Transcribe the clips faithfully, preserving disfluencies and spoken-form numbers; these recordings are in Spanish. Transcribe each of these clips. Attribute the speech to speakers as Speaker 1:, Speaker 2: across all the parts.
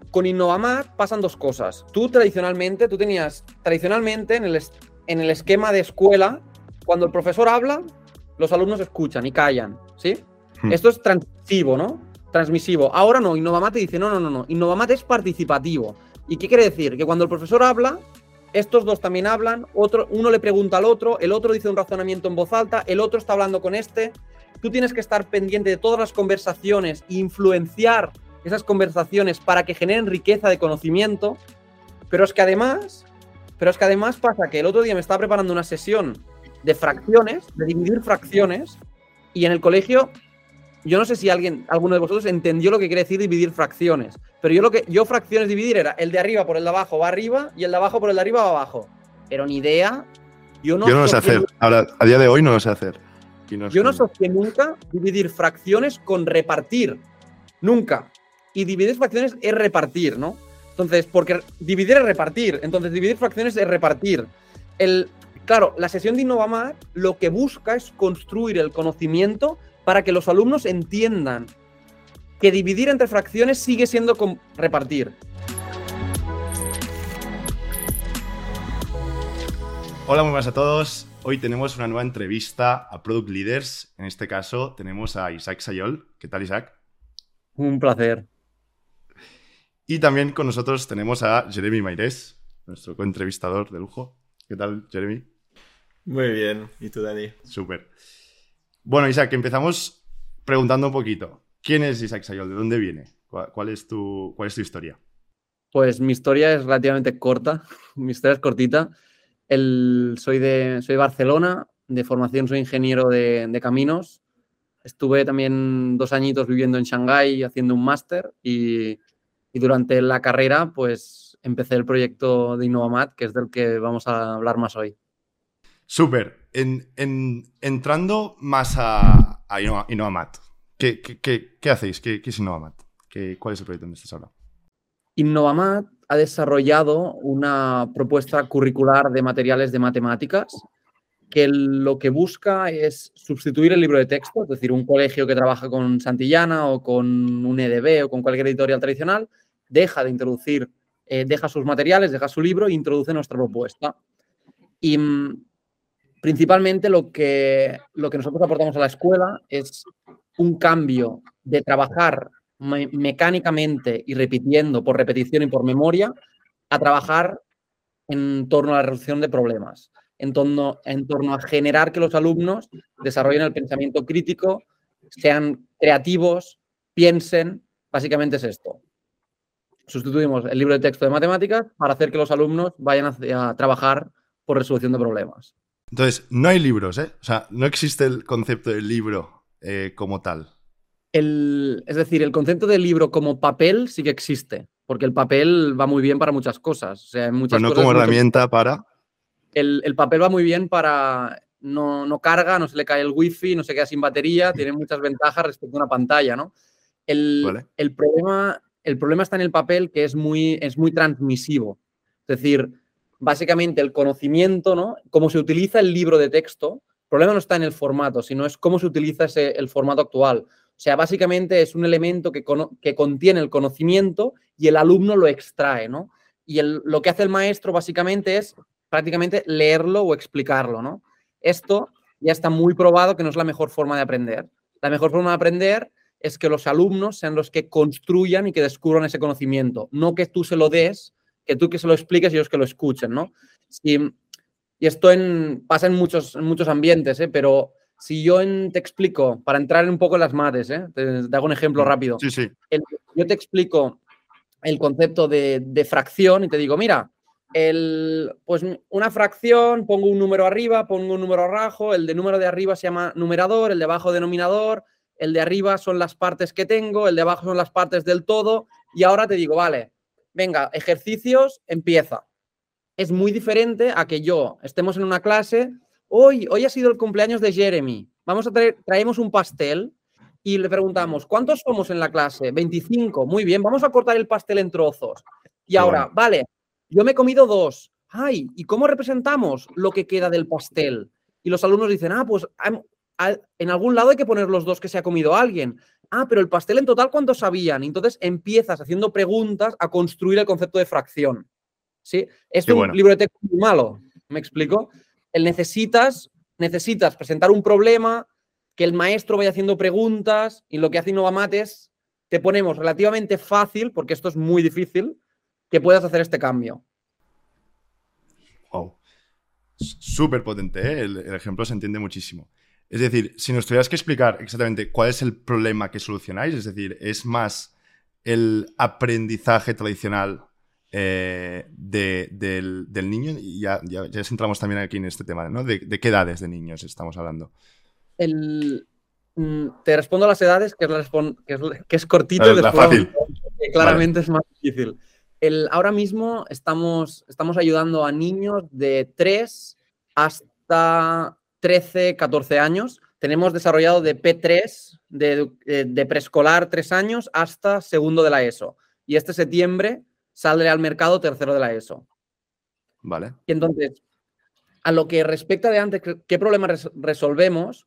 Speaker 1: con Innovamat pasan dos cosas. Tú tradicionalmente, tú tenías, tradicionalmente en el, en el esquema de escuela, cuando el profesor habla, los alumnos escuchan y callan, ¿sí? Hmm. Esto es transmisivo, ¿no? Transmisivo. Ahora no, Innovamat te dice, no, no, no, no. Innovamat es participativo. ¿Y qué quiere decir? Que cuando el profesor habla, estos dos también hablan, otro, uno le pregunta al otro, el otro dice un razonamiento en voz alta, el otro está hablando con este. Tú tienes que estar pendiente de todas las conversaciones e influenciar esas conversaciones para que generen riqueza de conocimiento. Pero es que además, pero es que además pasa que el otro día me estaba preparando una sesión de fracciones, de dividir fracciones, y en el colegio, yo no sé si alguien, alguno de vosotros entendió lo que quiere decir dividir fracciones, pero yo lo que yo fracciones dividir era el de arriba por el de abajo va arriba y el de abajo por el de arriba va abajo. Pero ni idea. Yo no,
Speaker 2: yo no lo sé hacer. Ahora, a día de hoy no lo sé hacer.
Speaker 1: Y no yo no asocié nunca dividir fracciones con repartir. Nunca. Y dividir fracciones es repartir, ¿no? Entonces, porque dividir es repartir. Entonces, dividir fracciones es repartir. El, claro, la sesión de Innovamat lo que busca es construir el conocimiento para que los alumnos entiendan que dividir entre fracciones sigue siendo con repartir.
Speaker 2: Hola, muy buenas a todos. Hoy tenemos una nueva entrevista a Product Leaders. En este caso tenemos a Isaac Sayol. ¿Qué tal, Isaac?
Speaker 1: Un placer.
Speaker 2: Y también con nosotros tenemos a Jeremy Mairés, nuestro coentrevistador de lujo. ¿Qué tal, Jeremy?
Speaker 3: Muy bien. ¿Y tú, Dani?
Speaker 2: Súper. Bueno, Isaac, empezamos preguntando un poquito. ¿Quién es Isaac Sayol? ¿De dónde viene? ¿Cuál, cuál, es tu, ¿Cuál es tu historia?
Speaker 1: Pues mi historia es relativamente corta. Mi historia es cortita. El, soy, de, soy de Barcelona. De formación soy ingeniero de, de caminos. Estuve también dos añitos viviendo en Shanghái haciendo un máster y, y durante la carrera pues empecé el proyecto de Innovamat, que es del que vamos a hablar más hoy.
Speaker 2: Súper. En, en, entrando más a, a Innovamat, ¿qué, qué, qué, ¿qué hacéis? ¿Qué, qué es Innovamat? ¿Qué, ¿Cuál es el proyecto donde estás ahora?
Speaker 1: Innovamat ha desarrollado una propuesta curricular de materiales de matemáticas que lo que busca es sustituir el libro de texto, es decir, un colegio que trabaja con Santillana o con un E D B o con cualquier editorial tradicional, deja de introducir, eh, deja sus materiales, deja su libro e introduce nuestra propuesta. Y principalmente lo que, lo que nosotros aportamos a la escuela es un cambio de trabajar me mecánicamente y repitiendo por repetición y por memoria a trabajar en torno a la resolución de problemas. En torno, en torno a generar que los alumnos desarrollen el pensamiento crítico, sean creativos, piensen. Básicamente es esto. Sustituimos el libro de texto de matemáticas para hacer que los alumnos vayan a, a trabajar por resolución de problemas.
Speaker 2: Entonces, no hay libros, ¿eh? O sea, no existe el concepto del libro eh, como tal.
Speaker 1: El, es decir, el concepto del libro como papel sí que existe, porque el papel va muy bien para muchas cosas. O sea, en muchas
Speaker 2: Pero no
Speaker 1: cosas
Speaker 2: como
Speaker 1: mucho...
Speaker 2: herramienta para...
Speaker 1: El, el papel va muy bien para... No, no carga, no se le cae el wifi, no se queda sin batería, tiene muchas ventajas respecto a una pantalla, ¿no? El,
Speaker 2: vale.
Speaker 1: el, problema, el problema está en el papel, que es muy, es muy transmisivo. Es decir, básicamente el conocimiento, ¿no? Cómo se utiliza el libro de texto, el problema no está en el formato, sino es cómo se utiliza ese, el formato actual. O sea, básicamente es un elemento que, con, que contiene el conocimiento y el alumno lo extrae, ¿no? Y el, lo que hace el maestro básicamente es prácticamente leerlo o explicarlo, ¿no? Esto ya está muy probado que no es la mejor forma de aprender. La mejor forma de aprender es que los alumnos sean los que construyan y que descubran ese conocimiento, no que tú se lo des, que tú que se lo expliques y ellos que lo escuchen, ¿no? Y, y esto en, pasa en muchos, en muchos ambientes, ¿eh? Pero si yo en, te explico, para entrar un poco en las mates, ¿eh? te, te hago un ejemplo rápido.
Speaker 2: Sí, sí.
Speaker 1: El, yo te explico el concepto de, de fracción y te digo, mira, el, pues una fracción, pongo un número arriba, pongo un número abajo, el de número de arriba se llama numerador, el de abajo denominador, el de arriba son las partes que tengo, el de abajo son las partes del todo, y ahora te digo, vale, venga, ejercicios, empieza. Es muy diferente a que yo estemos en una clase, hoy, hoy ha sido el cumpleaños de Jeremy, vamos a traer, traemos un pastel y le preguntamos, ¿cuántos somos en la clase? veinticinco, muy bien, vamos a cortar el pastel en trozos. Y
Speaker 2: Qué
Speaker 1: ahora,
Speaker 2: bueno.
Speaker 1: vale, yo me he comido dos. Ay, ¿y cómo representamos lo que queda del pastel? Y los alumnos dicen, ah, pues en algún lado hay que poner los dos que se ha comido alguien. ah, pero el pastel en total, ¿cuánto sabían? Y entonces empiezas haciendo preguntas a construir el concepto de fracción. ¿Sí? Es
Speaker 2: Qué
Speaker 1: un
Speaker 2: bueno.
Speaker 1: libro de texto muy malo, ¿me explico? El necesitas, necesitas presentar un problema, que el maestro vaya haciendo preguntas, y lo que hace Innovamat es, te ponemos relativamente fácil, porque esto es muy difícil, que puedas hacer este cambio.
Speaker 2: Wow. Súper potente, ¿eh? El, el ejemplo se entiende muchísimo. Es decir, si nos tuvieras que explicar exactamente cuál es el problema que solucionáis, es decir, es más el aprendizaje tradicional eh, de, del, del niño, y ya, ya, ya entramos también aquí en este tema, ¿no? De, de qué edades de niños estamos hablando.
Speaker 1: El, mm, te respondo a las edades, que es, la que es, que es cortito,
Speaker 2: La,
Speaker 1: y después
Speaker 2: la fácil.
Speaker 1: que claramente
Speaker 2: Vale.
Speaker 1: es más difícil. El, ahora mismo estamos, estamos ayudando a niños de tres hasta trece, catorce años. Tenemos desarrollado de P tres, de, de, de preescolar tres años, hasta segundo de la ESO. Y este septiembre sale al mercado tercero de la ESO.
Speaker 2: Vale.
Speaker 1: Y entonces, a lo que respecta de antes, ¿qué problema res resolvemos?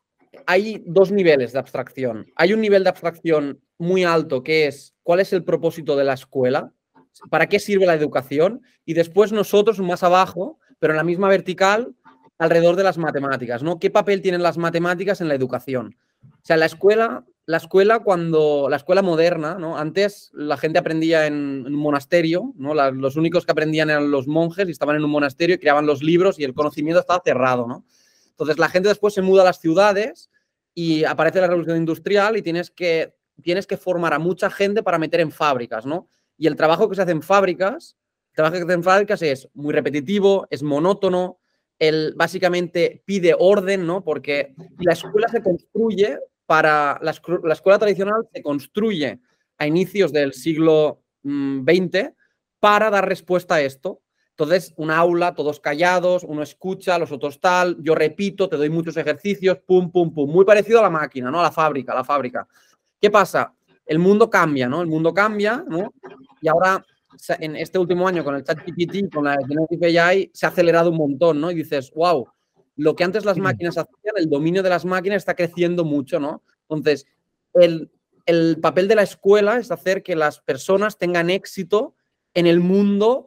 Speaker 1: Hay dos niveles de abstracción. Hay un nivel de abstracción muy alto, que es cuál es el propósito de la escuela, para qué sirve la educación, y después nosotros más abajo, pero en la misma vertical, alrededor de las matemáticas, ¿no? ¿Qué papel tienen las matemáticas en la educación? O sea, la escuela, la escuela cuando, la escuela moderna, ¿no? Antes la gente aprendía en, en un monasterio, ¿no? La, los únicos que aprendían eran los monjes y estaban en un monasterio y creaban los libros y el conocimiento estaba cerrado, ¿no? Entonces la gente después se muda a las ciudades y aparece la revolución industrial y tienes que, tienes que formar a mucha gente para meter en fábricas, ¿no? Y el trabajo que se hace en fábricas, el trabajo que se hace en fábricas es muy repetitivo, es monótono, él básicamente pide orden, ¿no? Porque la escuela se construye para, la, la escuela tradicional se construye a inicios del siglo veinte para dar respuesta a esto. Entonces, una aula, todos callados, uno escucha, los otros tal, yo repito, te doy muchos ejercicios, pum, pum, pum. Muy parecido a la máquina, ¿no? A la fábrica, a la fábrica. ¿Qué pasa? El mundo cambia, ¿no? El mundo cambia, ¿no? Y ahora, en este último año, con el ChatGPT, con la Generative A I, se ha acelerado un montón, ¿no? Y dices, wow, lo que antes las máquinas hacían, el dominio de las máquinas está creciendo mucho, ¿no? Entonces, el, el papel de la escuela es hacer que las personas tengan éxito en el mundo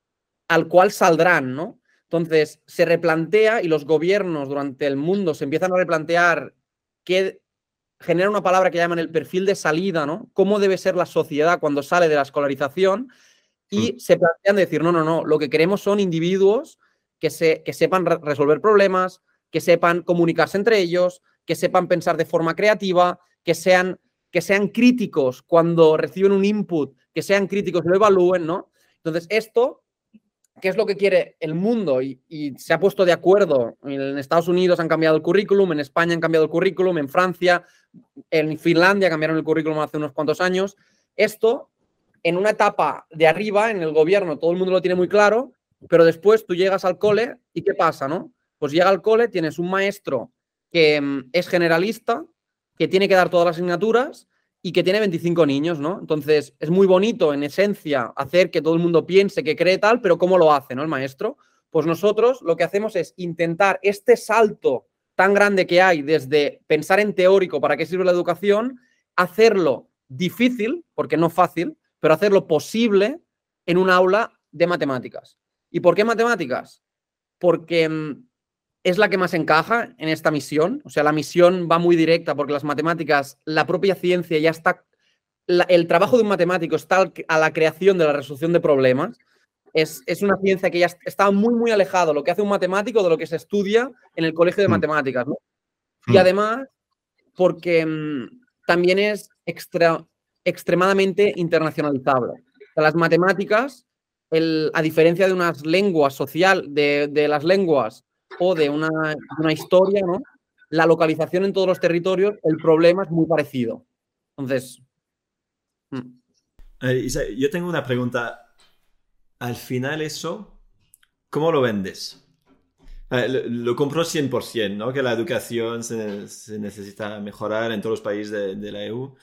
Speaker 1: al cual saldrán, ¿no? Entonces, se replantea y los gobiernos durante el mundo se empiezan a replantear qué genera una palabra que llaman el perfil de salida, ¿no? Cómo debe ser la sociedad cuando sale de la escolarización y mm. se plantean de decir, no, no, no, lo que queremos son individuos que, se, que sepan re resolver problemas, que sepan comunicarse entre ellos, que sepan pensar de forma creativa, que sean, que sean críticos cuando reciben un input, que sean críticos y lo evalúen, ¿no? Entonces, esto, ¿qué es lo que quiere el mundo? Y, y se ha puesto de acuerdo. En Estados Unidos han cambiado el currículum, en España han cambiado el currículum, en Francia, en Finlandia cambiaron el currículum hace unos cuantos años. Esto, en una etapa de arriba, en el gobierno, todo el mundo lo tiene muy claro, pero después tú llegas al cole y ¿qué pasa, no? Pues llega al cole, tienes un maestro que mm, es generalista, que tiene que dar todas las asignaturas y que tiene veinticinco niños, ¿no? Entonces, es muy bonito, en esencia, hacer que todo el mundo piense, que cree tal, pero ¿cómo lo hace, no, el maestro? Pues nosotros lo que hacemos es intentar este salto tan grande que hay desde pensar en teórico para qué sirve la educación, hacerlo difícil, porque no fácil, pero hacerlo posible en un aula de matemáticas. ¿Y por qué matemáticas? Porque mmm, es la que más encaja en esta misión. O sea, la misión va muy directa porque las matemáticas, la propia ciencia ya está... La, el trabajo de un matemático está a la creación de la resolución de problemas. Es, es una ciencia que ya está muy, muy alejado lo que hace un matemático de lo que se estudia en el colegio de matemáticas, ¿no? Y además, porque mmm, también es extra, extremadamente internacionalizable. O sea, las matemáticas, el, a diferencia de unas lenguas social, de, de las lenguas o de una, de una historia, ¿no? La localización en todos los territorios, el problema es muy parecido. Entonces...
Speaker 3: Hmm. Eh, yo tengo una pregunta. Al final eso, ¿cómo lo vendes? Eh, lo, lo compro cien por cien, ¿no? Que la educación se, se necesita mejorar en todos los países de, de la E U.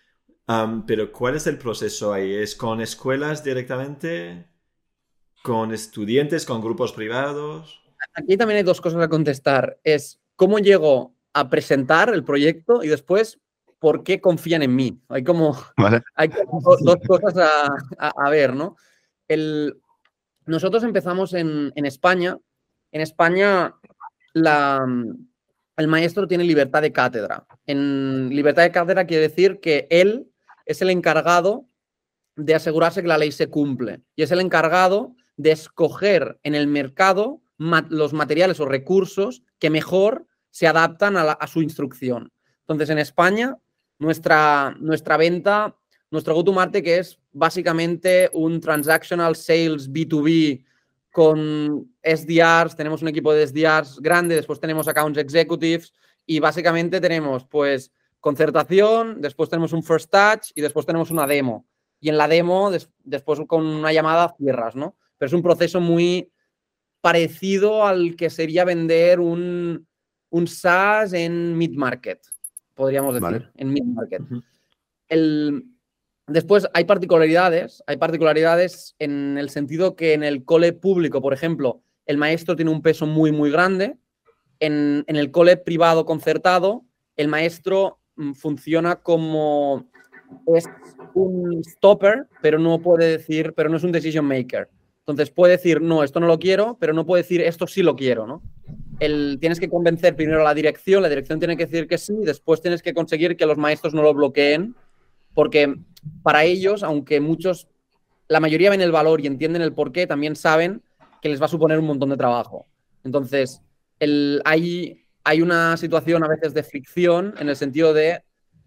Speaker 3: Um, pero ¿cuál es el proceso ahí? ¿Es con escuelas directamente? ¿Con estudiantes? ¿Con grupos privados?
Speaker 1: Aquí también hay dos cosas a contestar. Es cómo llego a presentar el proyecto y después por qué confían en mí. Hay como,
Speaker 2: ¿Vale?
Speaker 1: hay como dos cosas a, a, a ver, ¿no? El, nosotros empezamos en, en España. En España la, el maestro tiene libertad de cátedra. En libertad de cátedra quiere decir que él es el encargado de asegurarse que la ley se cumple y es el encargado de escoger en el mercado ma los materiales o recursos que mejor se adaptan a, la, a su instrucción. Entonces, en España, nuestra, nuestra venta, nuestro go-to-market, que es básicamente un transactional sales B dos B con S D Rs, tenemos un equipo de S D Rs grande, después tenemos accounts executives y básicamente tenemos pues concertación, después tenemos un first touch y después tenemos una demo. Y en la demo, des después con una llamada cierras, ¿no? Pero es un proceso muy parecido al que sería vender un, un SaaS en mid-market, podríamos decir, vale. En mid-market. Uh-huh. El... Después hay particularidades, hay particularidades en el sentido que en el cole público, por ejemplo, el maestro tiene un peso muy, muy grande. En, en el cole privado concertado, el maestro mm, funciona como es un stopper, pero no puede decir, pero no es un decision maker. Entonces puede decir, no, esto no lo quiero, pero no puede decir, esto sí lo quiero, ¿no? El, tienes que convencer primero a la dirección, la dirección tiene que decir que sí, y después tienes que conseguir que los maestros no lo bloqueen, porque para ellos, aunque muchos, la mayoría ven el valor y entienden el porqué, también saben que les va a suponer un montón de trabajo. Entonces, el, hay, hay una situación a veces de fricción en el sentido de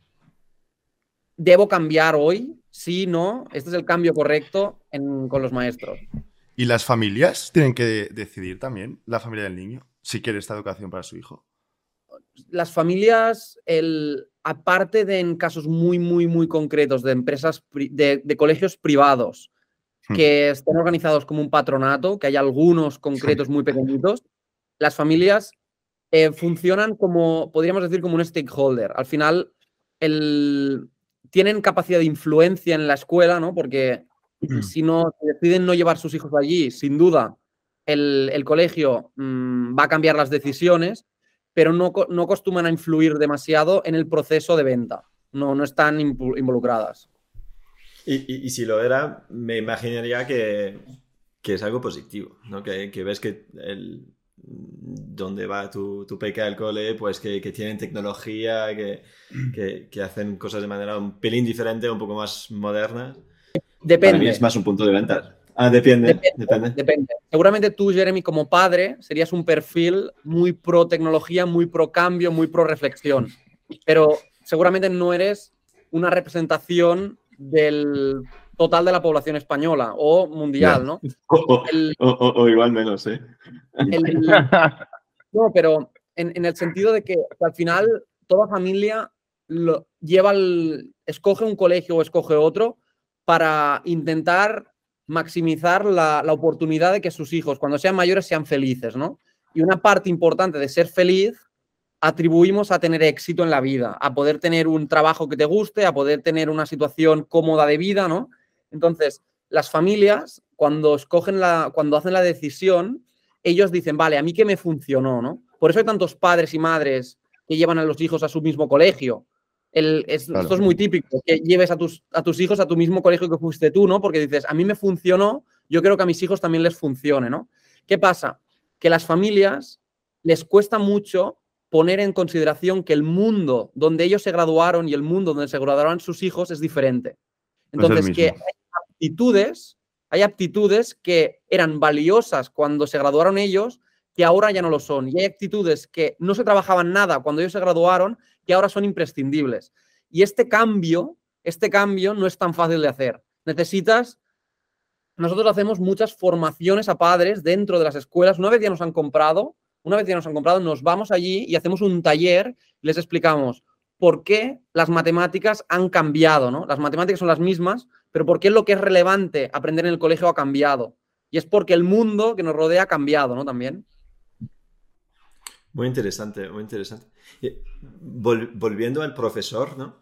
Speaker 1: ¿debo cambiar hoy? Sí, no. Este es el cambio correcto en, con los maestros.
Speaker 2: ¿Y las familias tienen que decidir también, la familia del niño, si quiere esta educación para su hijo?
Speaker 1: Las familias, el, aparte de en casos muy, muy, muy concretos de empresas, de, de colegios privados hmm. que estén organizados como un patronato, que hay algunos concretos muy pequeñitos, las familias eh, funcionan como, podríamos decir, como un stakeholder. Al final, el... tienen capacidad de influencia en la escuela, ¿no? Porque si no si deciden no llevar sus hijos allí, sin duda, el, el colegio mmm, va a cambiar las decisiones, pero no, no acostumbran a influir demasiado en el proceso de venta. No, no están involucradas.
Speaker 3: Y, y, y si lo era, me imaginaría que, que es algo positivo, ¿no? Que, que ves que el... donde va tu, tu peque al cole, pues que, que tienen tecnología, que, que, que hacen cosas de manera un pelín diferente, un poco más moderna.
Speaker 1: Depende.
Speaker 3: Para mí es más un punto de venta. Ah, depende,
Speaker 1: depende,
Speaker 3: depende.
Speaker 1: Depende. Seguramente tú, Jeremy, como padre, serías un perfil muy pro tecnología, muy pro cambio, muy pro reflexión. Pero seguramente no eres una representación del total de la población española o mundial, yeah. ¿no?
Speaker 3: O, o, el, o, o, o igual menos, ¿eh?
Speaker 1: El, el, no, pero en, en el sentido de que, que al final toda familia lo, lleva el, escoge un colegio o escoge otro para intentar maximizar la, la oportunidad de que sus hijos, cuando sean mayores, sean felices, ¿no? Y una parte importante de ser feliz atribuimos a tener éxito en la vida, a poder tener un trabajo que te guste, a poder tener una situación cómoda de vida, ¿no? Entonces, las familias, cuando escogen la, cuando hacen la decisión, ellos dicen, vale, ¿a mí qué me funcionó, no? Por eso hay tantos padres y madres que llevan a los hijos a su mismo colegio. El, es, claro. Esto es muy típico, que lleves a tus, a tus hijos a tu mismo colegio que fuiste tú, ¿no? Porque dices, a mí me funcionó, yo creo que a mis hijos también les funcione, ¿no? ¿Qué pasa? Que las familias les cuesta mucho poner en consideración que el mundo donde ellos se graduaron y el mundo donde se graduaron sus hijos es diferente. Entonces, es que hay aptitudes, hay aptitudes que eran valiosas cuando se graduaron ellos, que ahora ya no lo son. Y hay actitudes que no se trabajaban nada cuando ellos se graduaron, que ahora son imprescindibles. Y este cambio, este cambio no es tan fácil de hacer. Necesitas... Nosotros hacemos muchas formaciones a padres dentro de las escuelas. Una vez ya nos han comprado, una vez ya nos han comprado, nos vamos allí y hacemos un taller y les explicamos por qué las matemáticas han cambiado, ¿no? Las matemáticas son las mismas, pero por qué lo que es relevante aprender en el colegio ha cambiado. Y es porque el mundo que nos rodea ha cambiado, ¿no? También.
Speaker 3: Muy interesante, muy interesante. Vol volviendo al profesor, ¿no?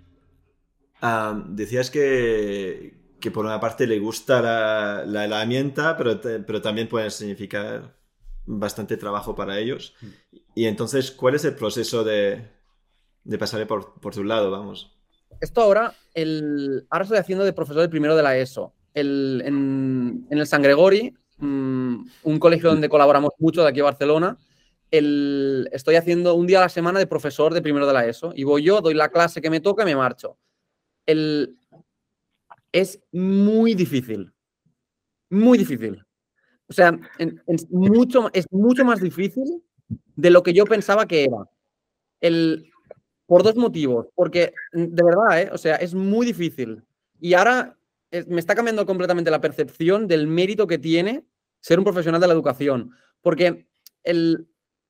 Speaker 3: Uh, decías que, que por una parte le gusta la, la herramienta, pero, te, pero también puede significar bastante trabajo para ellos. Y entonces, ¿cuál es el proceso de, de pasar por, por tu lado, vamos.
Speaker 1: Esto ahora, el, ahora estoy haciendo de profesor de primero de la ESO. El, en, en el San Gregori, mmm, un colegio donde colaboramos mucho de aquí a Barcelona, el, estoy haciendo un día a la semana de profesor de primero de la ESO. Y voy yo, doy la clase que me toca y me marcho. El, es muy difícil. Muy difícil. O sea, en, en mucho, es mucho más difícil de lo que yo pensaba que era. El, por dos motivos. Porque, de verdad, ¿eh? O sea, es muy difícil. Y ahora es, me está cambiando completamente la percepción del mérito que tiene ser un profesional de la educación. Porque el,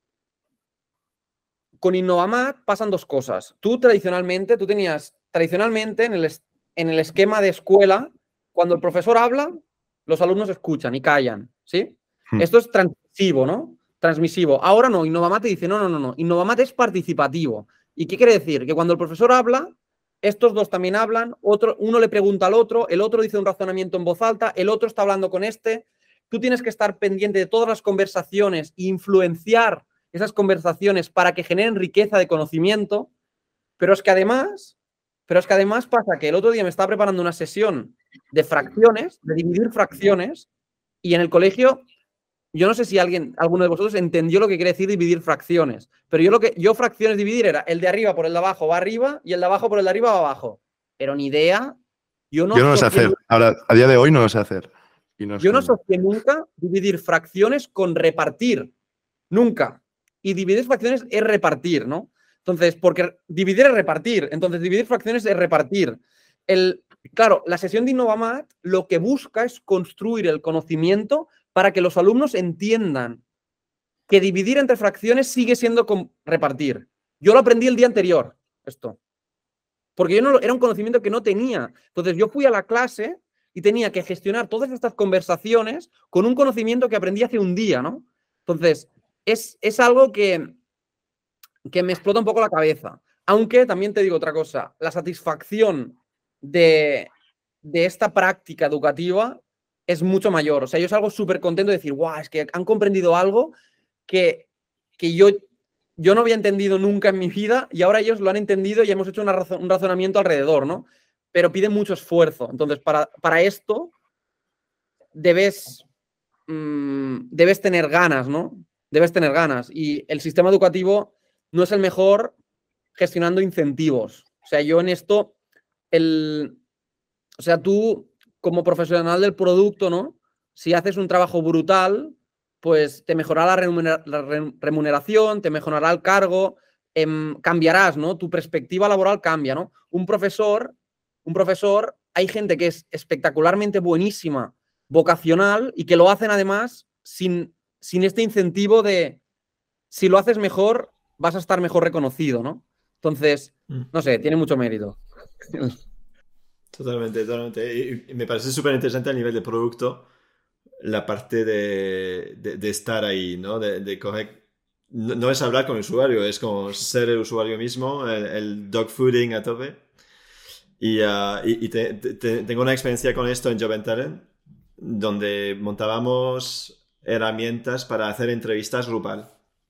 Speaker 1: con Innovamat pasan dos cosas. Tú tradicionalmente, tú tenías, tradicionalmente en el, en el esquema de escuela, cuando el profesor habla, los alumnos escuchan y callan, ¿sí? Hmm. Esto es transmisivo, ¿no? Transmisivo. Ahora no, Innovamat te dice, no, no, no, no, Innovamat es participativo. ¿Y qué quiere decir? Que cuando el profesor habla, estos dos también hablan, otro, uno le pregunta al otro, el otro dice un razonamiento en voz alta, el otro está hablando con este. Tú tienes que estar pendiente de todas las conversaciones e influenciar esas conversaciones para que generen riqueza de conocimiento, pero es que además, pero es que además pasa que el otro día me estaba preparando una sesión de fracciones, de dividir fracciones, y en el colegio, yo no sé si alguien, alguno de vosotros entendió lo que quiere decir dividir fracciones, pero yo lo que yo fracciones dividir era el de arriba por el de abajo va arriba y el de abajo por el de arriba va abajo. Pero ni idea.
Speaker 2: Yo no, yo no lo sé hacer. Ahora, a día de hoy no lo sé hacer.
Speaker 1: Y no yo no asocié nunca dividir fracciones con repartir. Nunca. Y dividir fracciones es repartir, ¿no? Entonces, porque dividir es repartir. Entonces, dividir fracciones es repartir. El, claro, la sesión de Innovamat lo que busca es construir el conocimiento para que los alumnos entiendan que dividir entre fracciones sigue siendo repartir. Yo lo aprendí el día anterior, esto. Porque yo no, era un conocimiento que no tenía. Entonces, yo fui a la clase y tenía que gestionar todas estas conversaciones con un conocimiento que aprendí hace un día, ¿no? Entonces, es, es algo que, que me explota un poco la cabeza. Aunque también te digo otra cosa, la satisfacción de, de esta práctica educativa es mucho mayor. O sea, yo salgo súper contento de decir, guau, es que han comprendido algo que, que yo, yo no había entendido nunca en mi vida y ahora ellos lo han entendido y hemos hecho una razón, un razonamiento alrededor, ¿no? Pero pide mucho esfuerzo. Entonces, para, para esto debes, mmm, debes tener ganas, ¿no? Debes tener ganas. Y el sistema educativo no es el mejor gestionando incentivos. O sea, yo en esto, el, o sea, tú como profesional del producto, ¿no? Si haces un trabajo brutal, pues te mejorará la, remunera la remuneración, te mejorará el cargo, eh, cambiarás, ¿no? Tu perspectiva laboral cambia, ¿no? Un profesor, un profesor, hay gente que es espectacularmente buenísima, vocacional, y que lo hacen además sin, sin este incentivo de si lo haces mejor, vas a estar mejor reconocido, ¿no? Entonces, no sé, tiene mucho mérito.
Speaker 3: Totalmente, totalmente. Y me parece súper interesante a nivel de producto la parte de, de, de estar ahí, ¿no? De, de coger... No, no es hablar con el usuario, es como ser el usuario mismo, el, el dogfooding a tope. Y, uh, y, y te, te, tengo una experiencia con esto en Job and Talent, donde montábamos herramientas para hacer entrevistas grupal.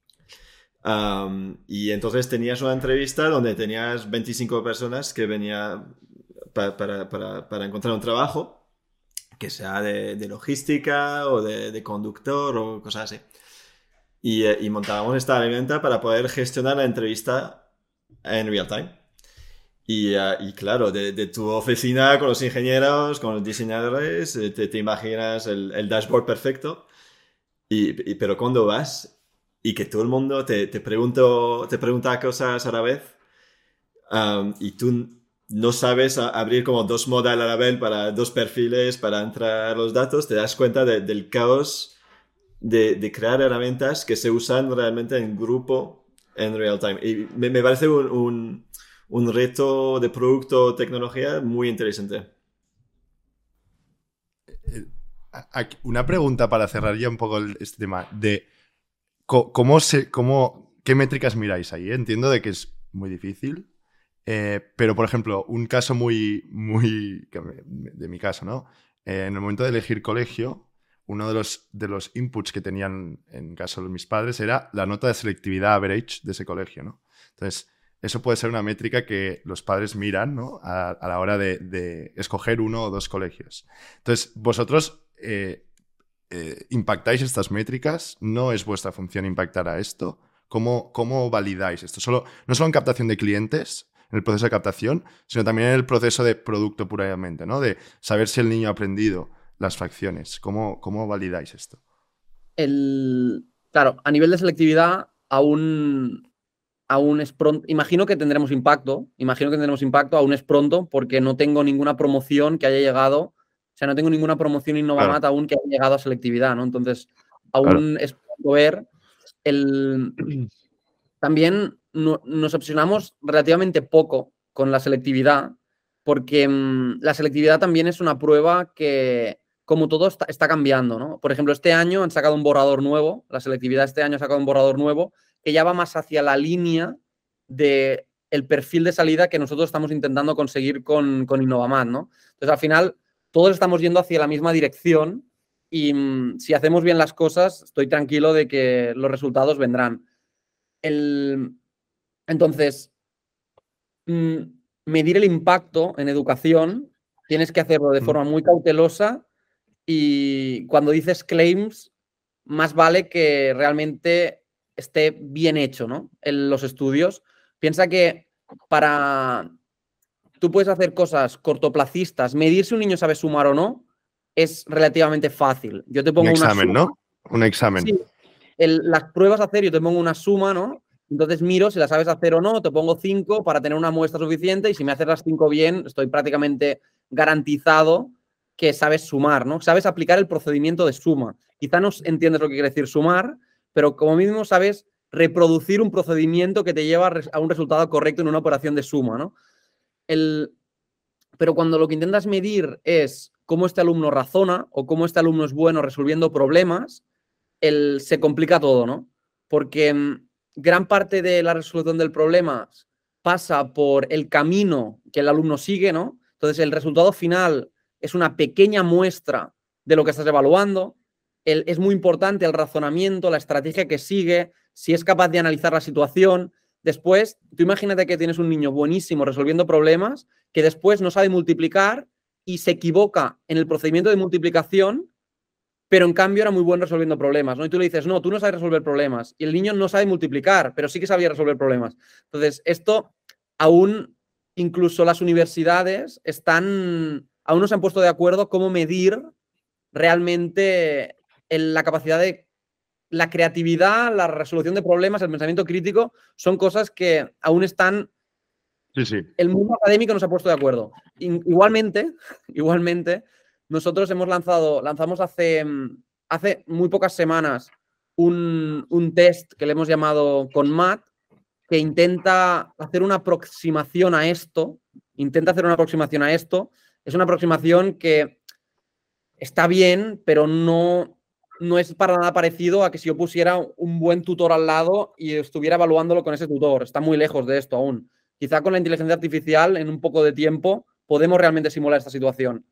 Speaker 3: Um, y entonces tenías una entrevista donde tenías veinticinco personas que venían pa, para, para, para encontrar un trabajo, que sea de, de logística o de, de conductor o cosas así. Y, y montábamos esta herramienta para poder gestionar la entrevista en real time. Y, uh, y claro, de, de tu oficina con los ingenieros, con los diseñadores, te, te imaginas el, el dashboard perfecto. Y, y, pero cuando vas y que todo el mundo te, te, pregunto, te pregunta cosas a la vez um, y tú no sabes abrir como dos modal a la vez para dos perfiles para entrar los datos, te das cuenta de, del caos de, de crear herramientas que se usan realmente en grupo en real time. Y me, me parece un, un, un reto de producto o tecnología muy interesante.
Speaker 2: Una pregunta para cerrar ya un poco este tema de cómo se, cómo, qué métricas miráis ahí. ¿eh? Entiendo de que es muy difícil, eh, pero por ejemplo, un caso muy, muy de mi caso, ¿no? Eh, en el momento de elegir colegio, uno de los, de los inputs que tenían en caso de mis padres era la nota de selectividad average de ese colegio, ¿no? Entonces, eso puede ser una métrica que los padres miran, ¿no? a, a la hora de, de escoger uno o dos colegios. Entonces, vosotros eh, eh, impactáis estas métricas, no es vuestra función impactar a esto. ¿Cómo, cómo validáis esto? Solo, no solo en captación de clientes, en el proceso de captación, sino también en el proceso de producto puramente, ¿no? De saber si el niño ha aprendido las fracciones. ¿Cómo, cómo validáis esto?
Speaker 1: El, claro, a nivel de selectividad, aún, aún es pronto. Imagino que tendremos impacto, imagino que tendremos impacto, aún es pronto, porque no tengo ninguna promoción que haya llegado, o sea, no tengo ninguna promoción Innovamat
Speaker 2: Claro.
Speaker 1: aún que haya llegado a selectividad, ¿no? Entonces, aún
Speaker 2: Claro.
Speaker 1: es pronto ver. El, también no, nos obsesionamos relativamente poco con la selectividad, porque mmm, la selectividad también es una prueba que, como todo, está, está cambiando, ¿no? Por ejemplo, este año han sacado un borrador nuevo, la selectividad este año ha sacado un borrador nuevo que ya va más hacia la línea del perfil de salida que nosotros estamos intentando conseguir con, con Innovamat, ¿no? Entonces, al final, todos estamos yendo hacia la misma dirección y mmm, si hacemos bien las cosas, estoy tranquilo de que los resultados vendrán. El, entonces, mmm, medir el impacto en educación tienes que hacerlo de forma muy cautelosa y cuando dices claims, más vale que realmente esté bien hecho, ¿no? En los estudios. Piensa que para... Tú puedes hacer cosas cortoplacistas. Medir si un niño sabe sumar o no es relativamente fácil. Yo te
Speaker 2: Un
Speaker 1: pongo una
Speaker 2: examen,
Speaker 1: suma.
Speaker 2: ¿no? Un examen.
Speaker 1: Sí, el, las pruebas a hacer, yo te pongo una suma, ¿no? Entonces miro si la sabes hacer o no, te pongo cinco para tener una muestra suficiente y si me haces las cinco bien, estoy prácticamente garantizado que sabes sumar, ¿no? Sabes aplicar el procedimiento de suma. Quizá no entiendes lo que quiere decir sumar, pero como mínimo sabes reproducir un procedimiento que te lleva a un resultado correcto en una operación de suma, ¿no? El, pero cuando lo que intentas medir es cómo este alumno razona o cómo este alumno es bueno resolviendo problemas, el, se complica todo, ¿no? Porque mmm, gran parte de la resolución del problema pasa por el camino que el alumno sigue, ¿no? Entonces, el resultado final es una pequeña muestra de lo que estás evaluando. El, es muy importante el razonamiento, la estrategia que sigue, si es capaz de analizar la situación. Después, tú imagínate que tienes un niño buenísimo resolviendo problemas que después no sabe multiplicar y se equivoca en el procedimiento de multiplicación, pero en cambio era muy bueno resolviendo problemas, ¿no? Y tú le dices, no, tú no sabes resolver problemas. Y el niño no sabe multiplicar, pero sí que sabía resolver problemas. Entonces, esto aún, incluso las universidades están, aún no se han puesto de acuerdo cómo medir realmente el, la capacidad de la creatividad, la resolución de problemas, el pensamiento crítico, son cosas que aún están...
Speaker 2: Sí, sí.
Speaker 1: El mundo académico no se ha puesto de acuerdo. Igualmente, igualmente, nosotros hemos lanzado, lanzamos hace, hace muy pocas semanas un, un test que le hemos llamado ConMat, que intenta hacer una aproximación a esto, intenta hacer una aproximación a esto. Es una aproximación que está bien, pero no, no es para nada parecido a que si yo pusiera un buen tutor al lado y estuviera evaluándolo con ese tutor. Está muy lejos de esto aún. Quizá con la inteligencia artificial, en un poco de tiempo, podemos realmente simular esta situación.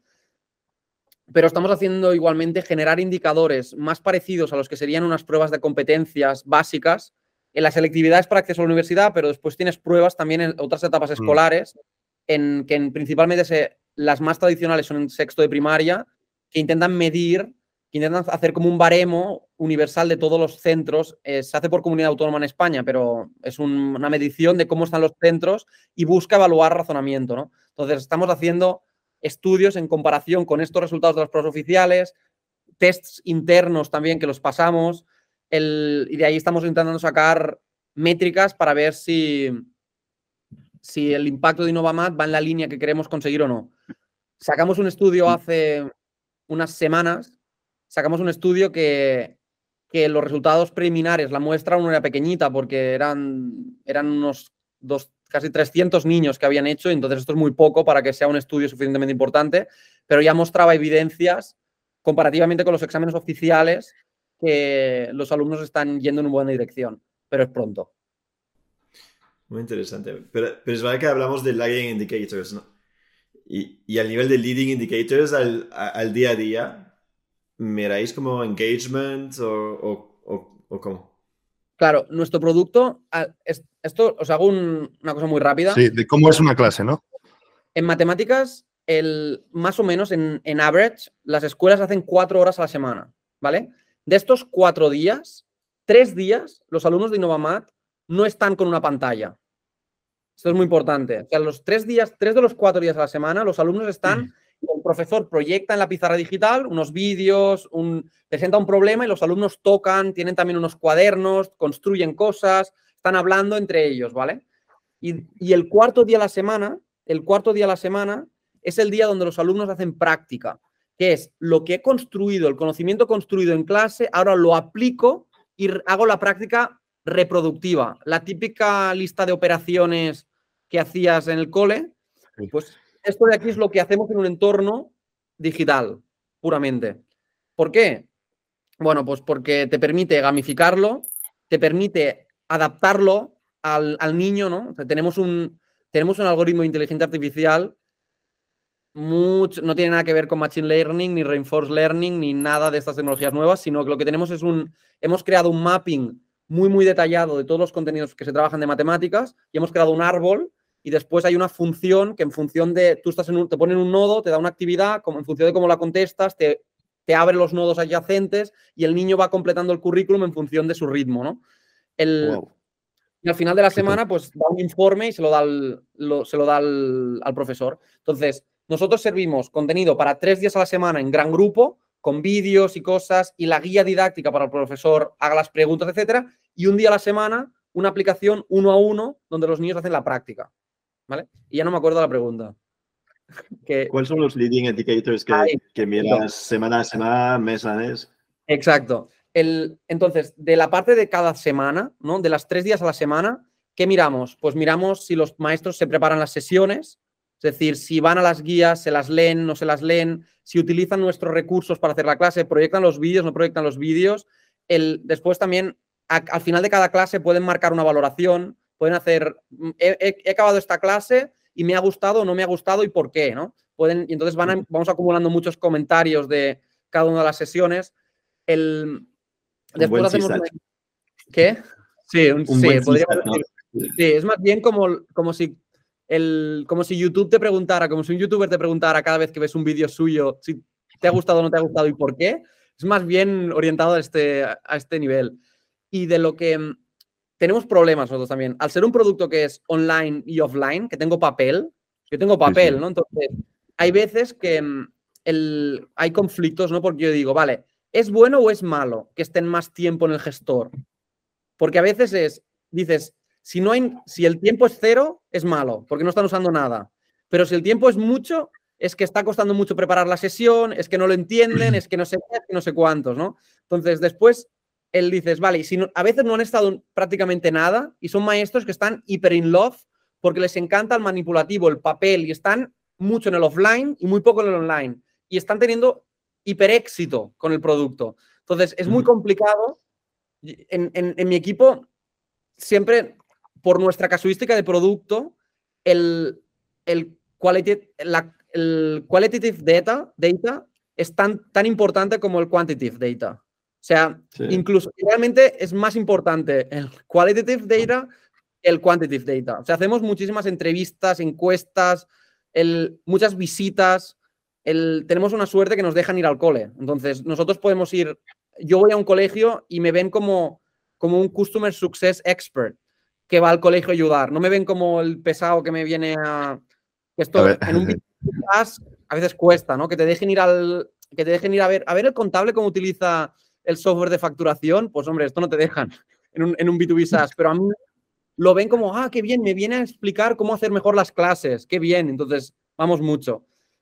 Speaker 1: Pero estamos haciendo igualmente generar indicadores más parecidos a los que serían unas pruebas de competencias básicas. En la selectividad es para acceso a la universidad, pero después tienes pruebas también en otras etapas escolares, mm. en que en, principalmente se, las más tradicionales son en sexto de primaria, que intentan medir, que intentan hacer como un baremo universal de todos los centros. Eh, se hace por comunidad autónoma en España, pero es un, una medición de cómo están los centros y busca evaluar razonamiento, ¿no? Entonces, estamos haciendo estudios en comparación con estos resultados de las pruebas oficiales, tests internos también que los pasamos, el, y de ahí estamos intentando sacar métricas para ver si, si el impacto de Innovamat va en la línea que queremos conseguir o no. Sacamos un estudio hace unas semanas, sacamos un estudio que, que los resultados preliminares, la muestra aún era pequeñita porque eran, eran unos dos, casi trescientos niños que habían hecho, entonces esto es muy poco para que sea un estudio suficientemente importante, pero ya mostraba evidencias comparativamente con los exámenes oficiales que los alumnos están yendo en una buena dirección, pero es pronto.
Speaker 3: Muy interesante. Pero, pero es verdad que hablamos de lagging indicators, ¿no? Y, y al nivel de leading indicators, al, al día a día, ¿miráis como engagement o, o, o, o cómo?
Speaker 1: Claro, nuestro producto es, esto os hago un, una cosa muy rápida.
Speaker 2: Sí, de cómo es una clase, ¿no?
Speaker 1: En matemáticas, el, más o menos en, en average, las escuelas hacen cuatro horas a la semana, ¿vale? De estos cuatro días, tres días, los alumnos de Innovamat no están con una pantalla. Esto es muy importante. O sea, los tres días, tres de los cuatro días a la semana, los alumnos están, el profesor proyecta en la pizarra digital unos vídeos, un, presenta un problema y los alumnos tocan, tienen también unos cuadernos, construyen cosas, están hablando entre ellos, ¿vale? Y, y el cuarto día a la semana, el cuarto día a la semana es el día donde los alumnos hacen práctica, que es lo que he construido, el conocimiento construido en clase, ahora lo aplico y hago la práctica reproductiva. La típica lista de operaciones que hacías en el cole, pues esto de aquí es lo que hacemos en un entorno digital, puramente. ¿Por qué? Bueno, pues porque te permite gamificarlo, te permite adaptarlo al, al niño, ¿no? O sea, tenemos un, tenemos un algoritmo de inteligencia artificial, mucho, no tiene nada que ver con Machine Learning, ni Reinforced Learning, ni nada de estas tecnologías nuevas, sino que lo que tenemos es un, hemos creado un mapping muy, muy detallado de todos los contenidos que se trabajan de matemáticas y hemos creado un árbol y después hay una función que en función de, tú estás en un, te ponen un nodo, te da una actividad, como en función de cómo la contestas, te, te abre los nodos adyacentes y el niño va completando el currículum en función de su ritmo, ¿no? El, wow. Y al final de la semana, pues da un informe y se lo da, al, lo, se lo da al, al profesor. Entonces, nosotros servimos contenido para tres días a la semana en gran grupo, con vídeos y cosas, y la guía didáctica para el profesor haga las preguntas, etcétera, y un día a la semana una aplicación uno a uno donde los niños hacen la práctica, ¿vale? Y ya no me acuerdo la pregunta.
Speaker 4: Que... ¿Cuáles son los leading indicators que, Ay, que miras semana a semana, mes a mes?
Speaker 1: Exacto. El, entonces, de la parte de cada semana, ¿no? De las tres días a la semana, ¿qué miramos? Pues miramos si los maestros se preparan las sesiones, es decir, si van a las guías, se las leen, no se las leen, si utilizan nuestros recursos para hacer la clase, proyectan los vídeos, no proyectan los vídeos. El, después también, a, al final de cada clase pueden marcar una valoración, pueden hacer, he, he, he acabado esta clase y me ha gustado o no me ha gustado y por qué, ¿no? Pueden, y entonces van a, vamos acumulando muchos comentarios de cada una de las sesiones. El, después hacemos una... ¿Qué? Sí, un, un sí, podríamos decir. ¿No? Sí, es más bien como, como si... El, como si YouTube te preguntara, como si un youtuber te preguntara cada vez que ves un vídeo suyo si te ha gustado o no te ha gustado y por qué, es más bien orientado a este, a este nivel. Y de lo que tenemos problemas nosotros también. Al ser un producto que es online y offline, que tengo papel, yo tengo papel, sí, sí. ¿no? Entonces, hay veces que el, hay conflictos, ¿no? Porque yo digo, vale, ¿es bueno o es malo que estén más tiempo en el gestor? Porque a veces es, dices... Si, no hay, si el tiempo es cero, es malo, porque no están usando nada. Pero si el tiempo es mucho, es que está costando mucho preparar la sesión, es que no lo entienden, es que no sé qué, es que no sé cuántos, ¿no? Entonces, después, él dices, vale, si no, a veces no han estado prácticamente nada y son maestros que están hiper in love porque les encanta el manipulativo, el papel, y están mucho en el offline y muy poco en el online. Y están teniendo hiper éxito con el producto. Entonces, es muy complicado. En, en, en mi equipo, siempre... por nuestra casuística de producto, el, el, quality, la, el qualitative data, data es tan, tan importante como el quantitative data. O sea, sí. incluso realmente es más importante el qualitative data que el quantitative data. O sea, hacemos muchísimas entrevistas, encuestas, el, muchas visitas. El, tenemos una suerte que nos dejan ir al cole. Entonces, nosotros podemos ir... Yo voy a un colegio y me ven como, como un Customer Success Expert que va al colegio a ayudar. No me ven como el pesado que me viene a... Esto a en un vídeo a veces cuesta, ¿no? Que te dejen ir al... Que te dejen ir a ver... A ver el contable cómo utiliza el software de facturación. Pues, hombre, esto no te dejan en un, en un B dos B SaaS. Pero a mí lo ven como, ah, qué bien, me viene a explicar cómo hacer mejor las clases. Qué bien. Entonces, vamos mucho.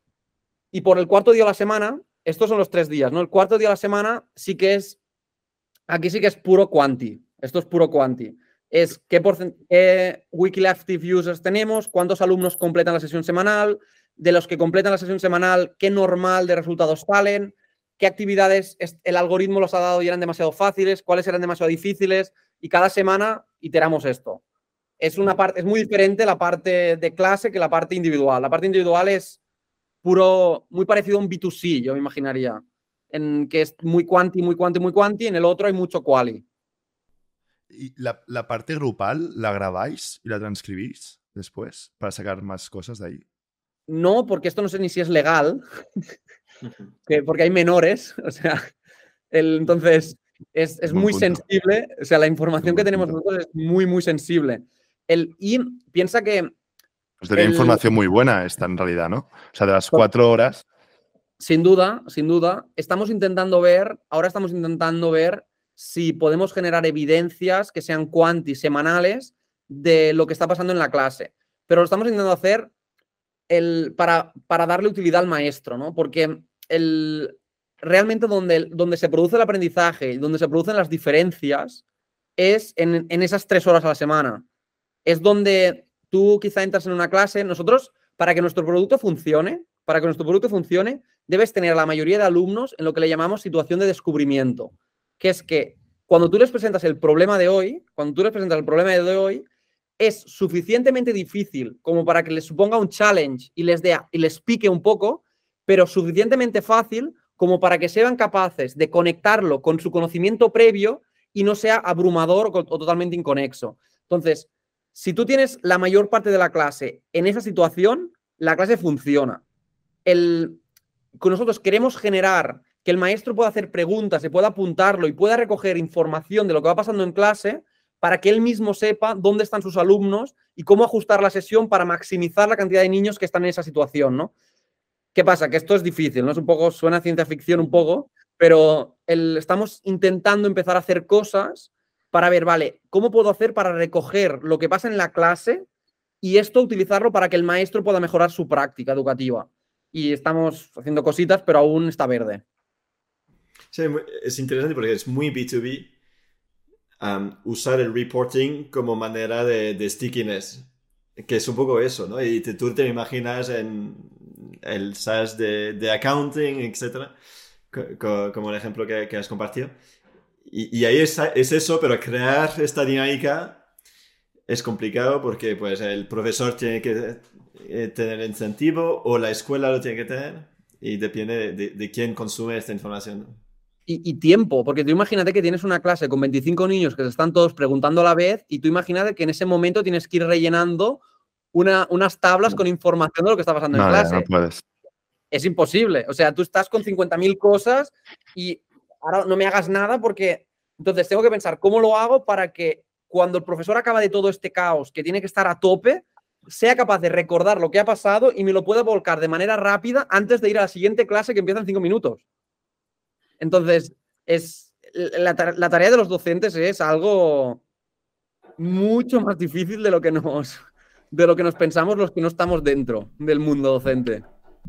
Speaker 1: Y por el cuarto día de la semana, estos son los tres días, ¿no? El cuarto día de la semana sí que es... Aquí sí que es puro quanti. Esto es puro quanti. Es qué, qué weekly active users tenemos, cuántos alumnos completan la sesión semanal, de los que completan la sesión semanal, qué normal de resultados salen, qué actividades el algoritmo los ha dado y eran demasiado fáciles, cuáles eran demasiado difíciles, y cada semana iteramos esto. Es, una parte, es muy diferente la parte de clase que la parte individual. La parte individual es puro, muy parecido a un B dos C, yo me imaginaría, en que es muy quanti, muy quanti, muy quanti, en el otro hay mucho quali.
Speaker 2: ¿Y la, la parte grupal la grabáis y la transcribís después para sacar más cosas de ahí?
Speaker 1: No, porque esto no sé ni si es legal, que, porque hay menores, o sea, el, entonces es, es muy punto. sensible, o sea, la información que tenemos punto. nosotros es muy, muy sensible. El, y piensa que...
Speaker 2: Pues tenía el, información muy buena esta en realidad, ¿no? O sea, de las cuatro horas...
Speaker 1: Sin duda, sin duda. Estamos intentando ver, ahora estamos intentando ver si podemos generar evidencias que sean cuanti semanales de lo que está pasando en la clase. Pero lo estamos intentando hacer el, para, para darle utilidad al maestro, ¿no? Porque el, realmente donde, donde se produce el aprendizaje y donde se producen las diferencias es en, en esas tres horas a la semana. Es donde tú quizá entras en una clase. Nosotros, para que nuestro producto funcione, para que nuestro producto funcione, debes tener a la mayoría de alumnos en lo que le llamamos situación de descubrimiento, que es que cuando tú les presentas el problema de hoy, cuando tú les presentas el problema de hoy, es suficientemente difícil como para que les suponga un challenge y les, dé, y les pique un poco, pero suficientemente fácil como para que sean capaces de conectarlo con su conocimiento previo y no sea abrumador o, o totalmente inconexo. Entonces, si tú tienes la mayor parte de la clase en esa situación, la clase funciona. El, nosotros queremos generar que el maestro pueda hacer preguntas, se pueda apuntarlo y pueda recoger información de lo que va pasando en clase para que él mismo sepa dónde están sus alumnos y cómo ajustar la sesión para maximizar la cantidad de niños que están en esa situación, ¿no? ¿Qué pasa? Que esto es difícil, ¿no? Es un poco, suena a ciencia ficción un poco, pero el, estamos intentando empezar a hacer cosas para ver, vale, ¿cómo puedo hacer para recoger lo que pasa en la clase y esto utilizarlo para que el maestro pueda mejorar su práctica educativa? Y estamos haciendo cositas, pero aún está verde.
Speaker 3: Sí, es interesante porque es muy B dos B um, usar el reporting como manera de, de stickiness, que es un poco eso, ¿no? Y te, tú te imaginas en el SaaS de, de accounting, etcétera, co, como el ejemplo que, que has compartido. Y, y ahí es, es eso, pero crear esta dinámica es complicado porque pues, el profesor tiene que eh, tener incentivo o la escuela lo tiene que tener y depende de, de, de quién consume esta información.
Speaker 1: Y, y tiempo, porque tú imagínate que tienes una clase con veinticinco niños que se están todos preguntando a la vez y tú imagínate que en ese momento tienes que ir rellenando una, unas tablas con información de lo que está pasando
Speaker 2: no,
Speaker 1: en clase.
Speaker 2: No puedes.
Speaker 1: Es imposible. O sea, tú estás con cincuenta mil cosas y ahora no me hagas nada porque entonces tengo que pensar cómo lo hago para que cuando el profesor acaba de todo este caos, que tiene que estar a tope, sea capaz de recordar lo que ha pasado y me lo pueda volcar de manera rápida antes de ir a la siguiente clase que empieza en cinco minutos. Entonces, es, la, la tarea de los docentes es algo mucho más difícil de lo que nos, de lo que nos pensamos los que no estamos dentro del mundo docente.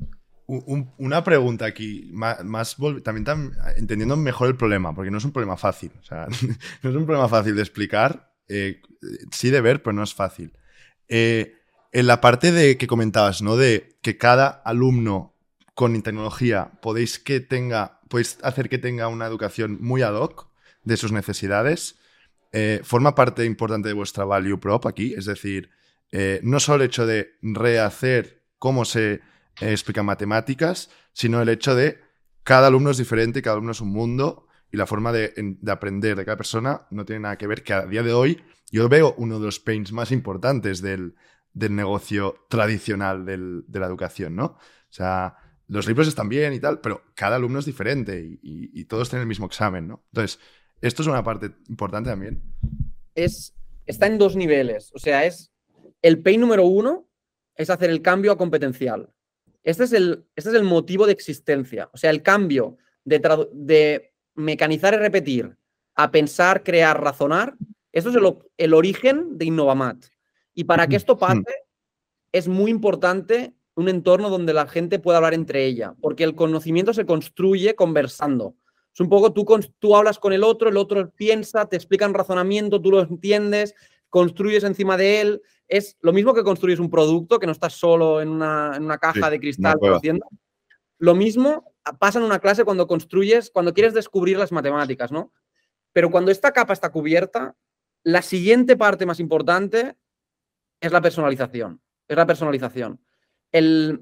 Speaker 2: Un, una pregunta aquí, más, más también tam, entendiendo mejor el problema, porque no es un problema fácil, o sea, no es un problema fácil de explicar, eh, sí de ver, pero no es fácil. Eh, en la parte de que comentabas, ¿no? De que cada alumno con tecnología podéis que tenga, podéis hacer que tenga una educación muy ad hoc de sus necesidades, eh, forma parte importante de vuestra value prop aquí, es decir, eh, no solo el hecho de rehacer cómo se Eh, explica matemáticas, sino el hecho de cada alumno es diferente, cada alumno es un mundo y la forma de, de aprender de cada persona no tiene nada que ver, que a día de hoy yo veo uno de los pains más importantes del, del negocio tradicional del, de la educación, ¿no? O sea, los libros están bien y tal, pero cada alumno es diferente y, y, y todos tienen el mismo examen, ¿no? Entonces, esto es una parte importante también.
Speaker 1: Es, está en dos niveles, o sea, es el pain número uno es hacer el cambio a competencial. Este es, el, este es el motivo de existencia. O sea, el cambio de, de mecanizar y repetir a pensar, crear, razonar, eso es el, el origen de Innovamat. Y para que esto pase, es muy importante un entorno donde la gente pueda hablar entre ella, porque el conocimiento se construye conversando. Es un poco, tú, tú hablas con el otro, el otro piensa, te explica un razonamiento, tú lo entiendes, construyes encima de él. Es lo mismo que construyes un producto, que no estás solo en una, en una caja sí, de cristal conociendo. Lo mismo pasa en una clase cuando construyes, cuando quieres descubrir las matemáticas, ¿no? Pero cuando esta capa está cubierta, la siguiente parte más importante es la personalización. Es la personalización. El,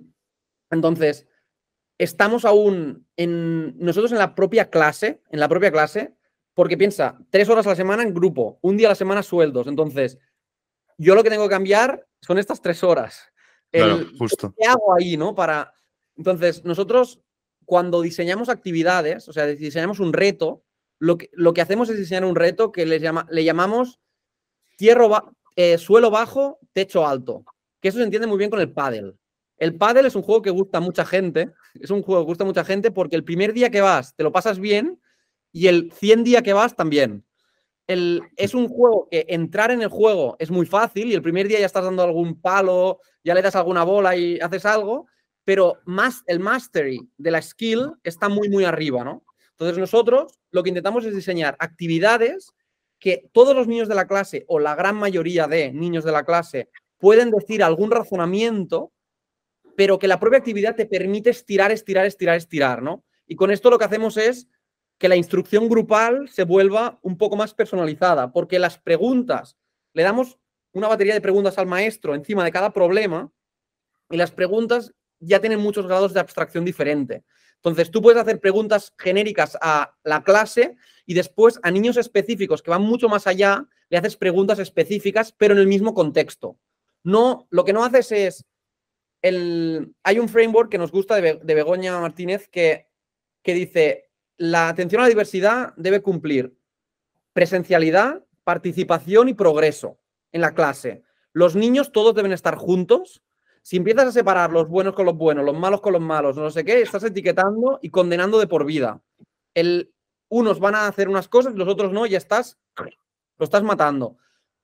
Speaker 1: entonces, estamos aún en nosotros en la propia clase, en la propia clase, porque piensa, tres horas a la semana en grupo, un día a la semana sueldos. Entonces, yo lo que tengo que cambiar son estas tres horas.
Speaker 2: Claro,
Speaker 1: el,
Speaker 2: justo.
Speaker 1: ¿Qué hago ahí, no? Para... Entonces, nosotros cuando diseñamos actividades, o sea, diseñamos un reto, lo que, lo que hacemos es diseñar un reto que les llama, le llamamos tierra ba eh, suelo bajo, techo alto, que eso se entiende muy bien con el pádel. El pádel es un juego que gusta a mucha gente, es un juego que gusta a mucha gente porque el primer día que vas te lo pasas bien y el cien día que vas también. El, es un juego que entrar en el juego es muy fácil y el primer día ya estás dando algún palo, ya le das alguna bola y haces algo, pero más, el mastery de la skill está muy, muy arriba, ¿no? Entonces nosotros lo que intentamos es diseñar actividades que todos los niños de la clase o la gran mayoría de niños de la clase pueden decir algún razonamiento, pero que la propia actividad te permite estirar, estirar, estirar, estirar, ¿no? Y con esto lo que hacemos es que la instrucción grupal se vuelva un poco más personalizada, porque las preguntas, le damos una batería de preguntas al maestro encima de cada problema y las preguntas ya tienen muchos grados de abstracción diferente. Entonces, tú puedes hacer preguntas genéricas a la clase y después a niños específicos que van mucho más allá, le haces preguntas específicas, pero en el mismo contexto. No, lo que no haces es... El, hay un framework que nos gusta de, Be de Begoña Martínez que, que dice... La atención a la diversidad debe cumplir presencialidad, participación y progreso en la clase. Los niños todos deben estar juntos. Si empiezas a separar los buenos con los buenos, los malos con los malos, no sé qué, estás etiquetando y condenando de por vida. El, unos van a hacer unas cosas y los otros no, y estás, lo estás matando.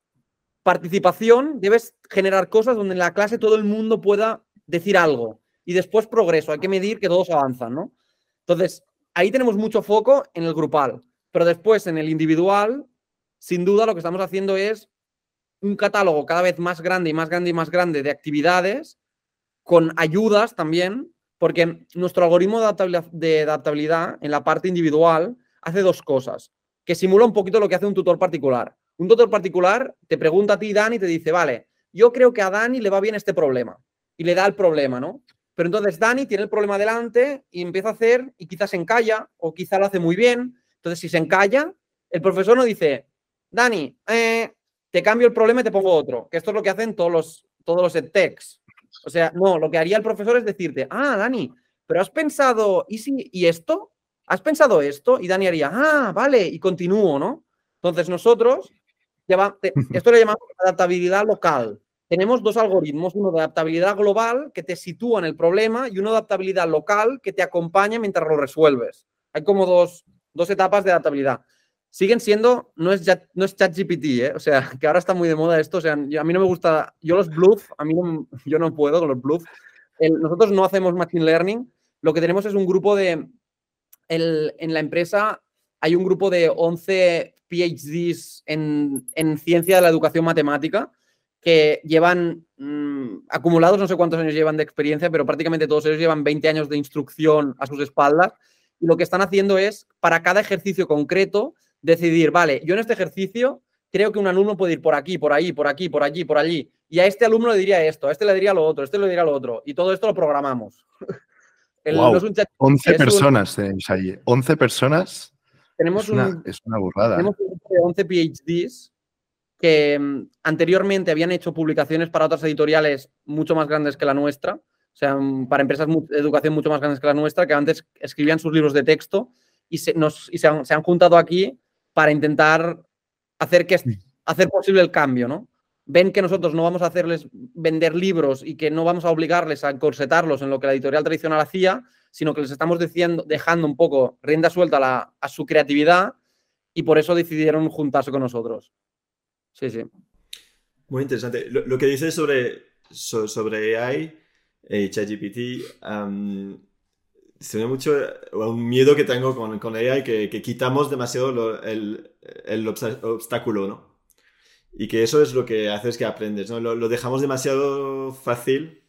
Speaker 1: Participación, debes generar cosas donde en la clase todo el mundo pueda decir algo. Y después progreso, hay que medir que todos avanzan, ¿no? Entonces, ahí tenemos mucho foco en el grupal, pero después en el individual, sin duda lo que estamos haciendo es un catálogo cada vez más grande y más grande y más grande de actividades con ayudas también, porque nuestro algoritmo de adaptabilidad, de adaptabilidad en la parte individual hace dos cosas, que simula un poquito lo que hace un tutor particular. Un tutor particular te pregunta a ti, Dani, y te dice, vale, yo creo que a Dani le va bien este problema, y le da el problema, ¿no? Pero entonces Dani tiene el problema delante y empieza a hacer y quizás se encalla o quizá lo hace muy bien. Entonces, si se encalla, el profesor no dice, Dani, eh, te cambio el problema y te pongo otro. Que esto es lo que hacen todos los, todos los edtechs. O sea, no, lo que haría el profesor es decirte, ah, Dani, pero has pensado, ¿y, si, ¿y esto? ¿Has pensado esto? Y Dani haría, ah, vale, y continúo, ¿no? Entonces nosotros, lleva, te, esto le llamamos adaptabilidad local. Tenemos dos algoritmos, uno de adaptabilidad global que te sitúa en el problema y uno de adaptabilidad local que te acompaña mientras lo resuelves. Hay como dos, dos etapas de adaptabilidad. Siguen siendo, no es, no es ChatGPT, ¿eh? O sea, que ahora está muy de moda esto. O sea, a mí no me gusta, yo los bluff, a mí no, yo no puedo con los bluff. El, nosotros no hacemos machine learning, lo que tenemos es un grupo de, el, en la empresa hay un grupo de once P H Ds en, en ciencia de la educación matemática, que llevan mmm, acumulados, no sé cuántos años llevan de experiencia, pero prácticamente todos ellos llevan veinte años de instrucción a sus espaldas. Y lo que están haciendo es, para cada ejercicio concreto, decidir, vale, yo en este ejercicio creo que un alumno puede ir por aquí, por ahí, por aquí, por allí, por allí. Y a este alumno le diría esto, a este le diría lo otro, a este le diría lo otro. Y todo esto lo programamos.
Speaker 2: El, wow. No es un chat, once personas un, tenéis allí. once personas
Speaker 1: tenemos
Speaker 2: es, una,
Speaker 1: un,
Speaker 2: es una burrada.
Speaker 1: Tenemos un grupo de once P H Ds que um, anteriormente habían hecho publicaciones para otras editoriales mucho más grandes que la nuestra, o sea, um, para empresas de educación mucho más grandes que la nuestra, que antes escribían sus libros de texto y se, nos, y se, han, se han juntado aquí para intentar hacer, que, hacer posible el cambio, ¿no? Ven que nosotros no vamos a hacerles vender libros y que no vamos a obligarles a encorsetarlos en lo que la editorial tradicional hacía, sino que les estamos diciendo, dejando un poco rienda suelta a, la, a su creatividad y por eso decidieron juntarse con nosotros. Sí, sí.
Speaker 3: Muy interesante. Lo, lo que dices sobre, so, sobre A I y ChatGPT, um, se me mucho un miedo que tengo con, con A I, que, que quitamos demasiado lo, el, el obstáculo, ¿no? Y que eso es lo que haces que aprendes, ¿no? Lo, lo dejamos demasiado fácil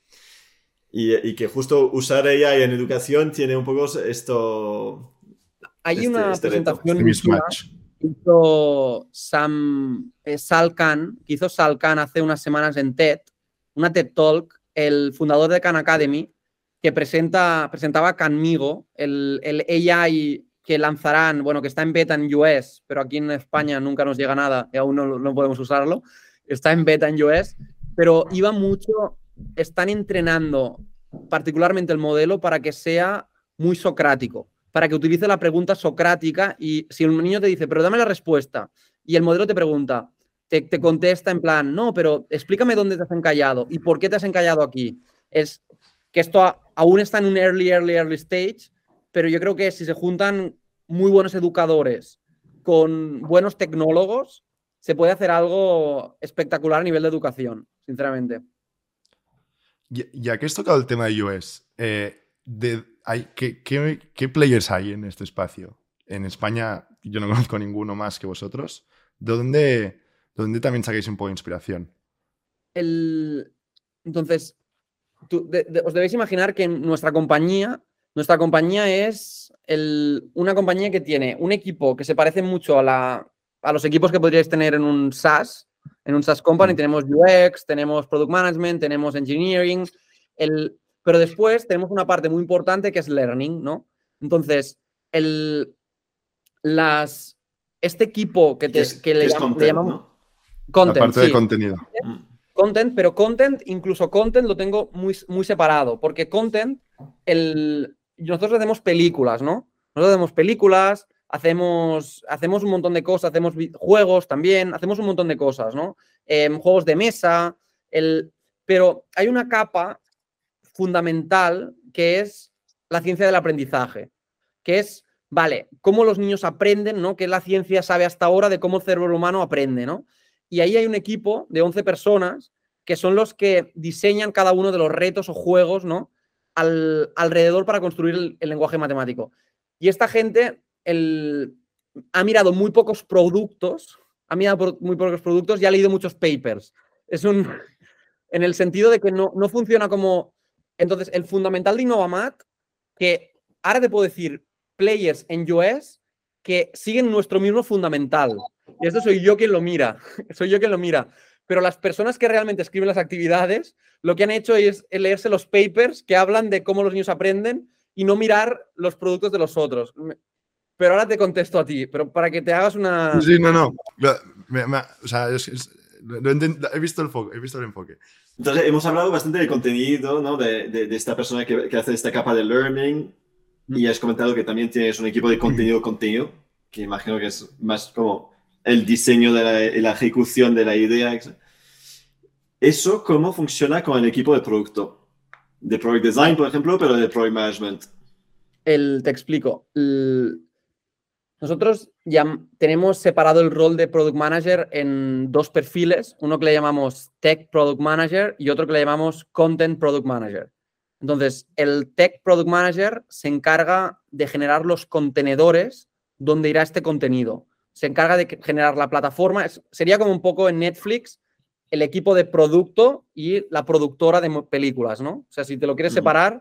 Speaker 3: y, y que justo usar A I en educación tiene un poco esto...
Speaker 1: Hay
Speaker 3: este,
Speaker 1: una
Speaker 3: este
Speaker 1: presentación que hizo Sam, eh, Sal Khan, que hizo Sal Khan hace unas semanas en TED, una TED Talk, el fundador de Khan Academy, que presenta, presentaba Khanmigo, el, el A I que lanzarán, bueno, que está en beta en U S, pero aquí en España nunca nos llega nada y aún no, no podemos usarlo. Está en beta en U S, pero iba mucho, están entrenando particularmente el modelo para que sea muy socrático, para que utilice la pregunta socrática y si un niño te dice, pero dame la respuesta, y el modelo te pregunta, te, te contesta en plan, no, pero explícame dónde te has encallado y por qué te has encallado aquí. Es que esto a, aún está en un early, early, early stage, pero yo creo que si se juntan muy buenos educadores con buenos tecnólogos, se puede hacer algo espectacular a nivel de educación, sinceramente.
Speaker 2: Ya que has tocado el tema de iOS, eh, de, hay, ¿qué, qué, ¿qué players hay en este espacio? En España yo no conozco ninguno más que vosotros. ¿De dónde, de dónde también sacáis un poco de inspiración?
Speaker 1: El... Entonces, tú, de, de, os debéis imaginar que nuestra compañía, nuestra compañía es el, una compañía que tiene un equipo que se parece mucho a, la, a los equipos que podríais tener en un SaaS, en un SaaS company. Mm. Tenemos U X, tenemos Product Management, tenemos Engineering, el, pero después tenemos una parte muy importante que es Learning, ¿no? Entonces, el, las, este equipo que, te,
Speaker 3: es,
Speaker 1: que le,
Speaker 3: es
Speaker 1: llam,
Speaker 3: content,
Speaker 1: le llamamos...
Speaker 3: ¿no?
Speaker 1: Content,
Speaker 2: la parte
Speaker 1: sí.
Speaker 2: de contenido.
Speaker 1: Content, pero content, incluso content lo tengo muy, muy separado, porque content, el, nosotros hacemos películas, ¿no? Nosotros hacemos películas, hacemos, hacemos un montón de cosas, hacemos juegos también, hacemos un montón de cosas, ¿no? Eh, juegos de mesa, el, pero hay una capa fundamental que es la ciencia del aprendizaje, que es, vale, cómo los niños aprenden, ¿no? Que la ciencia sabe hasta ahora de cómo el cerebro humano aprende, ¿no? Y ahí hay un equipo de once personas que son los que diseñan cada uno de los retos o juegos, ¿no? Al, alrededor para construir el, el lenguaje matemático. Y esta gente el, ha mirado muy pocos productos, ha mirado por, muy pocos productos y ha leído muchos papers. Es un... En el sentido de que no, no funciona como... Entonces, el fundamental de Innovamat, que ahora te puedo decir players en U S que siguen nuestro mismo fundamental. Y esto soy yo quien lo mira. Soy yo quien lo mira. Pero las personas que realmente escriben las actividades, lo que han hecho es leerse los papers que hablan de cómo los niños aprenden y no mirar los productos de los otros. Pero ahora te contesto a ti, pero para que te hagas una...
Speaker 2: Sí, no, no. Me, me, o sea, es, es, lo he, visto el foco, he visto el enfoque.
Speaker 3: Entonces, hemos hablado bastante de contenido, ¿no? De, de, de esta persona que, que hace esta capa de learning. Y has comentado que también tienes un equipo de contenido contenido, que imagino que es más como el diseño de la, la ejecución de la idea. ¿Eso cómo funciona con el equipo de producto? De Product Design, por ejemplo, pero de Product Management.
Speaker 1: El, te explico. El, nosotros ya tenemos separado el rol de Product Manager en dos perfiles. Uno que le llamamos Tech Product Manager y otro que le llamamos Content Product Manager. Entonces, el Tech Product Manager se encarga de generar los contenedores donde irá este contenido. Se encarga de generar la plataforma. Es, sería como un poco en Netflix el equipo de producto y la productora de películas, ¿no? O sea, si te lo quieres separar,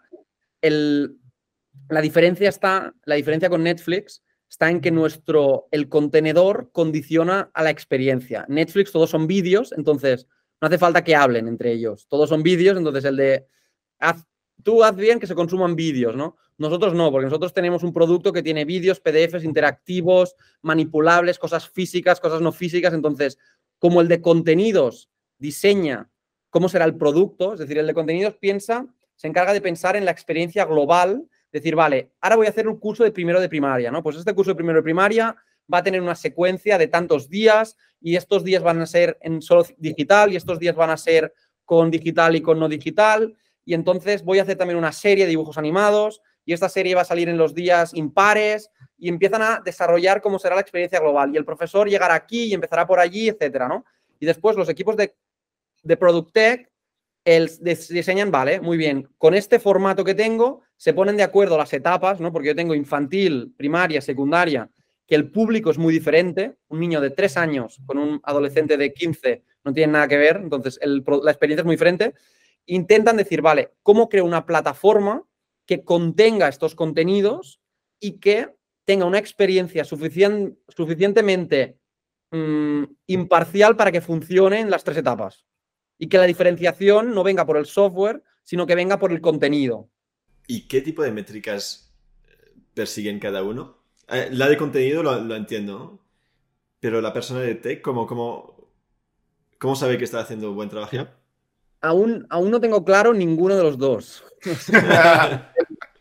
Speaker 1: el, la, diferencia está, la diferencia con Netflix está en que nuestro, el contenedor condiciona a la experiencia. Netflix todos son vídeos, entonces no hace falta que hablen entre ellos. Todos son vídeos, entonces el de... Haz, tú haz bien que se consuman vídeos, ¿no? Nosotros no, porque nosotros tenemos un producto que tiene vídeos, P D Fs interactivos, manipulables, cosas físicas, cosas no físicas. Entonces, como el de contenidos diseña cómo será el producto, es decir, el de contenidos piensa, se encarga de pensar en la experiencia global, decir, vale, ahora voy a hacer un curso de primero de primaria, ¿no? Pues este curso de primero de primaria va a tener una secuencia de tantos días y estos días van a ser en solo digital y estos días van a ser con digital y con no digital. Y entonces voy a hacer también una serie de dibujos animados y esta serie va a salir en los días impares y empiezan a desarrollar cómo será la experiencia global. Y el profesor llegará aquí y empezará por allí, etcétera, ¿no? Y después los equipos de, de Product Tech el, diseñan, vale, muy bien, con este formato que tengo se ponen de acuerdo las etapas, ¿no? Porque yo tengo infantil, primaria, secundaria, que el público es muy diferente. Un niño de tres años con un adolescente de quince no tiene nada que ver, entonces el, la experiencia es muy diferente. Intentan decir, vale, ¿cómo creo una plataforma que contenga estos contenidos y que tenga una experiencia suficien, suficientemente mmm, imparcial para que funcione en las tres etapas? Y que la diferenciación no venga por el software, sino que venga por el contenido.
Speaker 3: ¿Y qué tipo de métricas persiguen cada uno? Eh, la de contenido lo, lo entiendo, ¿no? Pero la persona de tech, ¿cómo, cómo, cómo sabe que está haciendo un buen trabajo?
Speaker 1: Yeah. Aún, aún no tengo claro ninguno de los dos. O sea,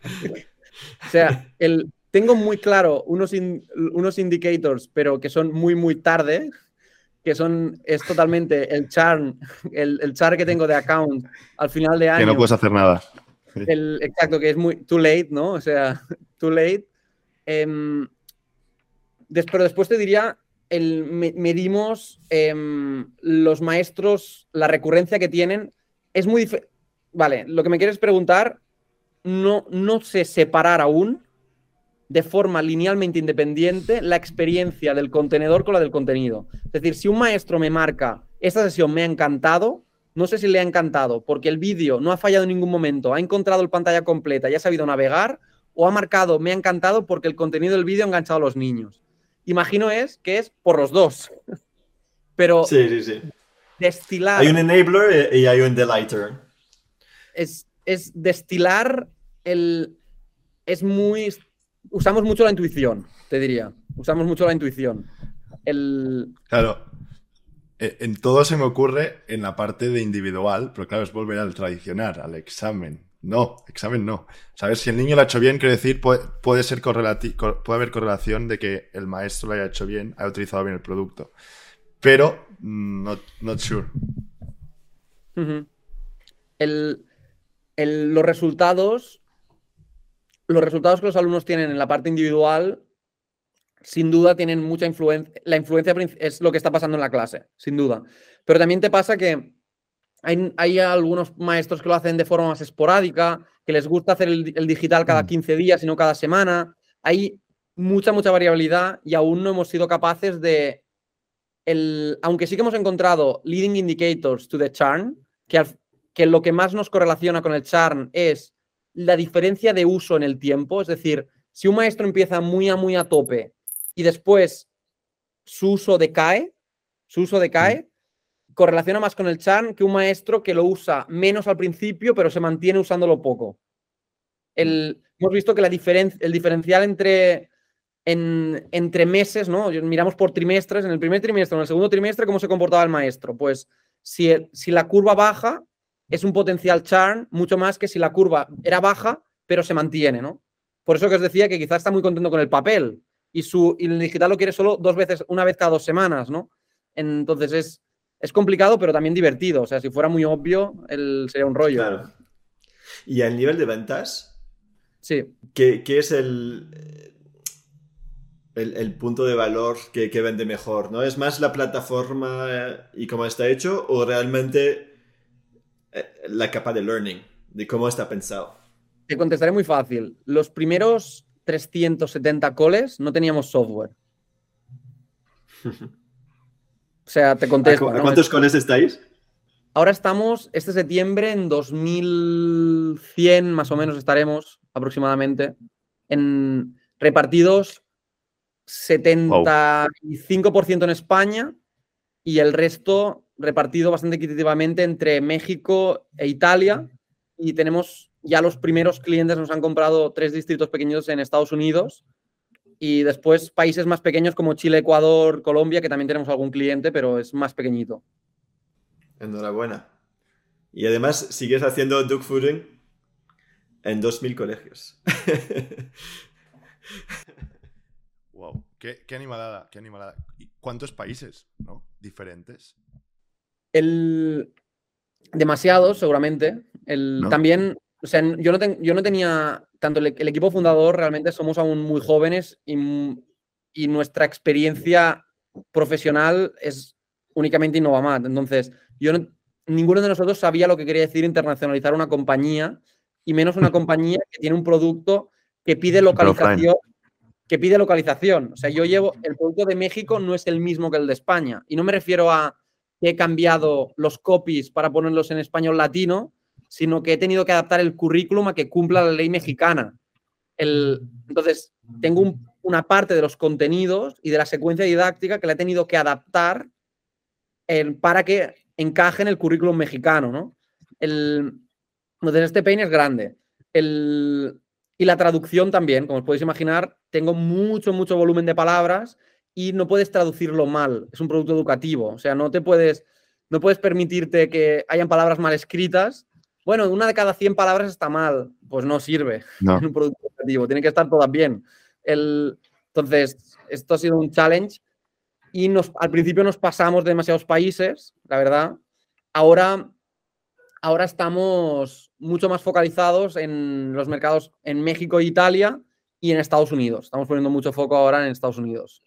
Speaker 1: o sea el, tengo muy claro unos, in, unos indicators, pero que son muy, muy tarde, que son, es totalmente el churn, el, el churn que tengo de account al final de año.
Speaker 2: Que no puedes hacer nada.
Speaker 1: El, exacto, que es muy too late, ¿no? O sea, too late. Eh, des, pero después te diría, el, me, medimos eh, los maestros, la recurrencia que tienen. Es muy diferente. Vale, lo que me quieres preguntar, no, no sé separar aún de forma linealmente independiente la experiencia del contenedor con la del contenido. Es decir, si un maestro me marca, esta sesión me ha encantado, no sé si le ha encantado porque el vídeo no ha fallado en ningún momento, ha encontrado el pantalla completa y ha sabido navegar, o ha marcado, me ha encantado porque el contenido del vídeo ha enganchado a los niños. Imagino es que es por los dos. Pero
Speaker 3: sí, sí, sí.
Speaker 1: Destilar...
Speaker 3: Hay un enabler y hay un delighter.
Speaker 1: Es, es destilar el... Es muy... Usamos mucho la intuición, te diría. Usamos mucho la intuición. El...
Speaker 2: Claro. En todo se me ocurre en la parte de individual, pero claro, es volver al tradicional, al examen. No, examen no. ¿Sabes? Si el niño lo ha hecho bien, quiere decir, puede, puede ser correlati- puede haber correlación de que el maestro lo haya hecho bien, haya utilizado bien el producto. Pero, not, not sure.
Speaker 1: Uh-huh. El, el, los resultados, los resultados que los alumnos tienen en la parte individual, sin duda tienen mucha influencia. La influencia es lo que está pasando en la clase, sin duda. Pero también te pasa que hay, hay algunos maestros que lo hacen de forma más esporádica, que les gusta hacer el, el digital cada quince días y no cada semana. Hay mucha, mucha variabilidad y aún no hemos sido capaces de... El, aunque sí que hemos encontrado leading indicators to the churn, que, al, que lo que más nos correlaciona con el churn es la diferencia de uso en el tiempo. Es decir, si un maestro empieza muy a muy a tope y después su uso decae, su uso decae, mm. correlaciona más con el churn que un maestro que lo usa menos al principio, pero se mantiene usándolo poco. El, hemos visto que la diferen, el diferencial entre, en, entre meses, ¿no? Miramos por trimestres, en el primer trimestre, en el segundo trimestre, cómo se comportaba el maestro. Pues si, si la curva baja, es un potencial churn mucho más que si la curva era baja, pero se mantiene, ¿no? Por eso que os decía que quizás está muy contento con el papel y, su, y el digital lo quiere solo dos veces, una vez cada dos semanas, ¿no? Entonces es, es complicado, pero también divertido. O sea, si fuera muy obvio, el, sería un rollo.
Speaker 3: Claro. ¿Y al nivel de ventas?
Speaker 1: Sí.
Speaker 3: ¿Qué, qué es el, el, el punto de valor que, que vende mejor? ¿No? ¿Es más la plataforma y cómo está hecho o realmente la capa de learning, de cómo está pensado?
Speaker 1: Te contestaré muy fácil. Los primeros trescientos setenta calls no teníamos software. O sea, te contesto.
Speaker 3: ¿A, cu- ¿a cuántos
Speaker 1: ¿no?
Speaker 3: calls estáis?
Speaker 1: Ahora estamos, este septiembre, en dos mil cien más o menos estaremos aproximadamente, en repartidos setenta y cinco por ciento en España y el resto repartido bastante equitativamente entre México e Italia. Y tenemos ya los primeros clientes, nos han comprado tres distritos pequeños en Estados Unidos y después países más pequeños como Chile, Ecuador, Colombia, que también tenemos algún cliente, pero es más pequeñito.
Speaker 3: Enhorabuena. Y además sigues haciendo dog fooding en dos mil colegios.
Speaker 2: Wow, qué, qué animalada, qué animalada. ¿Y cuántos países, no? Diferentes.
Speaker 1: El... Demasiados, seguramente. El...
Speaker 2: ¿No?
Speaker 1: También, o sea, yo no, ten... yo no tenía, tanto el, el equipo fundador, realmente somos aún muy jóvenes y, y nuestra experiencia profesional es únicamente Innovamat. Entonces, yo no... ninguno de nosotros sabía lo que quería decir internacionalizar una compañía y menos una compañía que tiene un producto que pide localización. que pide localización. O sea, yo llevo, el producto de México no es el mismo que el de España. Y no me refiero a que he cambiado los copies para ponerlos en español latino, sino que he tenido que adaptar el currículum a que cumpla la ley mexicana. El, entonces, tengo un, una parte de los contenidos y de la secuencia didáctica que la he tenido que adaptar el, para que encaje en el currículum mexicano, ¿no? El, entonces, este pain es grande. El, Y la traducción también, como os podéis imaginar, tengo mucho, mucho volumen de palabras y no puedes traducirlo mal. Es un producto educativo. O sea, no te puedes, no puedes permitirte que hayan palabras mal escritas. Bueno, una de cada cien palabras está mal. Pues no sirve
Speaker 2: No.
Speaker 1: en un producto educativo. Tienen que estar todas bien. El, entonces, esto ha sido un challenge y nos, al principio nos pasamos de demasiados países, la verdad. Ahora... Ahora estamos mucho más focalizados en los mercados en México e Italia y en Estados Unidos. Estamos poniendo mucho foco ahora en Estados Unidos.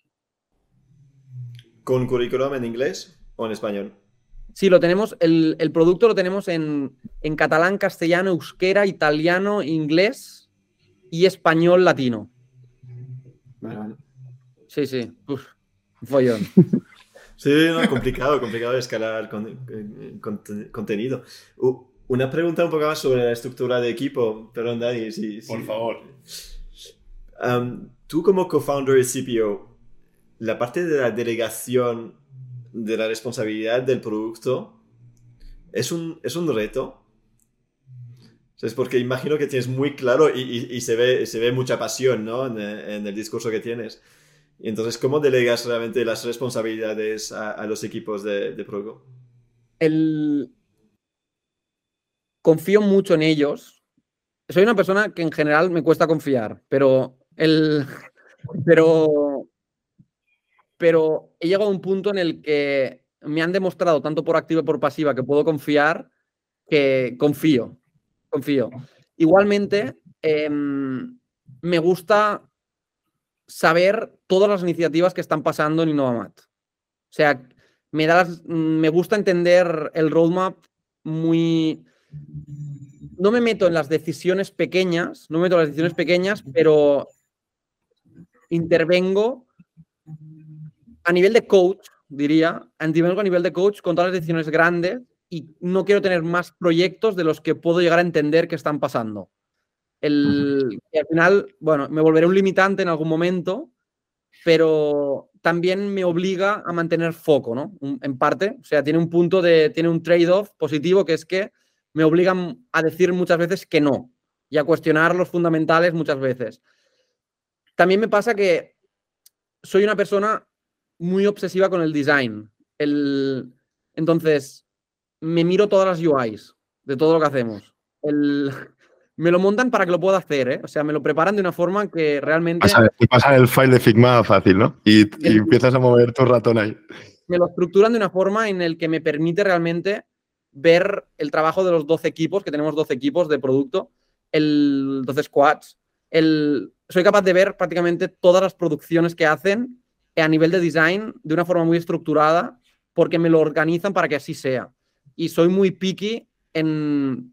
Speaker 3: ¿Con currículum en inglés o en español?
Speaker 1: Sí, lo tenemos. El, el producto lo tenemos en, en catalán, castellano, euskera, italiano, inglés y español latino.
Speaker 4: Vale, vale.
Speaker 1: Sí, sí. Uf, un follón.
Speaker 3: Sí, no, complicado, complicado escalar con, con, con, contenido. Uh, una pregunta un poco más sobre la estructura de equipo. Perdón, Dani. Sí,
Speaker 2: Por
Speaker 3: sí.
Speaker 2: favor.
Speaker 3: Um, tú como co-founder y C P O, la parte de la delegación de la responsabilidad del producto es un, es un reto. Es porque imagino que tienes muy claro y, y, y se, ve, se ve mucha pasión, ¿no? en, en el discurso que tienes. Y entonces, ¿cómo delegas realmente las responsabilidades a, a los equipos de, de Progo?
Speaker 1: El... Confío mucho en ellos. Soy una persona que en general me cuesta confiar, pero el... pero... pero he llegado a un punto en el que me han demostrado, tanto por activa como por pasiva, que puedo confiar, que confío. Confío. Igualmente, eh, me gusta saber todas las iniciativas que están pasando en Innovamat. O sea, me, da las, me gusta entender el roadmap muy... No me meto en las decisiones pequeñas, no me meto en las decisiones pequeñas, pero intervengo a nivel de coach, diría, intervengo a nivel de coach con todas las decisiones grandes y no quiero tener más proyectos de los que puedo llegar a entender que están pasando. El, y al final, bueno, me volveré un limitante en algún momento, pero también me obliga a mantener foco, ¿no? En parte, o sea, tiene un punto de, tiene un trade-off positivo que es que me obligan a decir muchas veces que no y a cuestionar los fundamentales muchas veces. También me pasa que soy una persona muy obsesiva con el design. El, entonces, me miro todas las U Is de todo lo que hacemos. El... Me lo montan para que lo pueda hacer, ¿eh? O sea, me lo preparan de una forma que realmente...
Speaker 2: Pasa, te pasan el file de Figma fácil, ¿no? Y, y empiezas a mover tu ratón ahí.
Speaker 1: Me lo estructuran de una forma en la que me permite realmente ver el trabajo de los doce equipos, que tenemos doce equipos de producto, el doce squads. El, soy capaz de ver prácticamente todas las producciones que hacen a nivel de design de una forma muy estructurada porque me lo organizan para que así sea. Y soy muy picky en...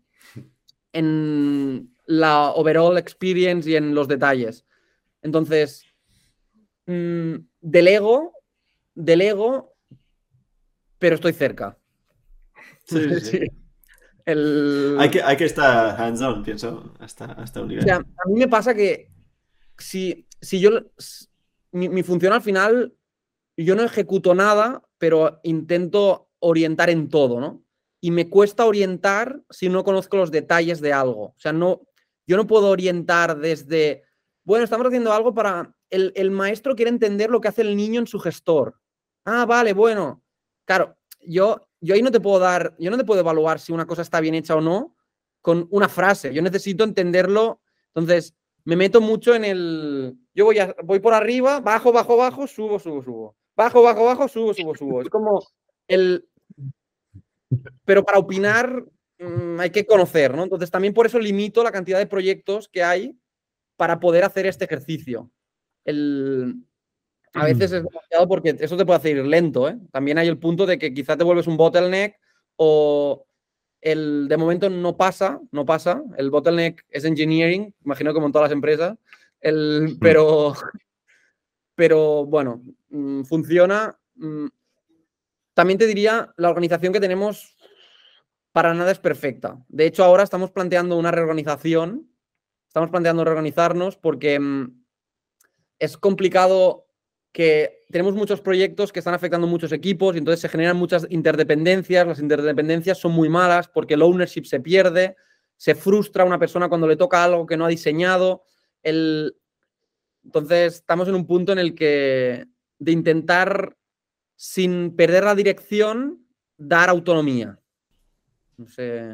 Speaker 1: en la overall experience y en los detalles. Entonces, mmm, delego, delego, pero estoy cerca.
Speaker 3: Sí, sí. Sí.
Speaker 1: El...
Speaker 3: Hay, que, hay que estar hands-on, pienso, hasta, hasta un nivel.
Speaker 1: O sea, a mí me pasa que si, si yo... Mi, mi función al final, yo no ejecuto nada, pero intento orientar en todo, ¿no? Y me cuesta orientar si no conozco los detalles de algo. O sea, no, yo no puedo orientar desde, bueno, estamos haciendo algo para, el, el maestro quiere entender lo que hace el niño en su gestor. Ah, vale, bueno. Claro, yo, yo ahí no te puedo dar, yo no te puedo evaluar si una cosa está bien hecha o no con una frase. Yo necesito entenderlo. Entonces, me meto mucho en el, yo voy, a, voy por arriba, bajo, bajo, bajo, subo, subo, subo. Bajo, bajo, bajo, subo, subo, subo. Es como el... Pero para opinar mmm, hay que conocer, ¿no? Entonces también por eso limito la cantidad de proyectos que hay para poder hacer este ejercicio. El... A veces es demasiado porque eso te puede hacer ir lento, ¿eh? También hay el punto de que quizá te vuelves un bottleneck o el de momento no pasa, no pasa. El bottleneck es engineering, imagino como en todas las empresas. El... Pero, pero bueno, mmm, funciona. Mmm, También te diría, la organización que tenemos para nada es perfecta. De hecho, ahora estamos planteando una reorganización. Estamos planteando reorganizarnos porque mmm, es complicado que tenemos muchos proyectos que están afectando muchos equipos y entonces se generan muchas interdependencias. Las interdependencias son muy malas porque el ownership se pierde. se frustra una persona cuando le toca algo que no ha diseñado. El... Entonces, estamos en un punto en el que de intentar, sin perder la dirección, dar autonomía. No sé.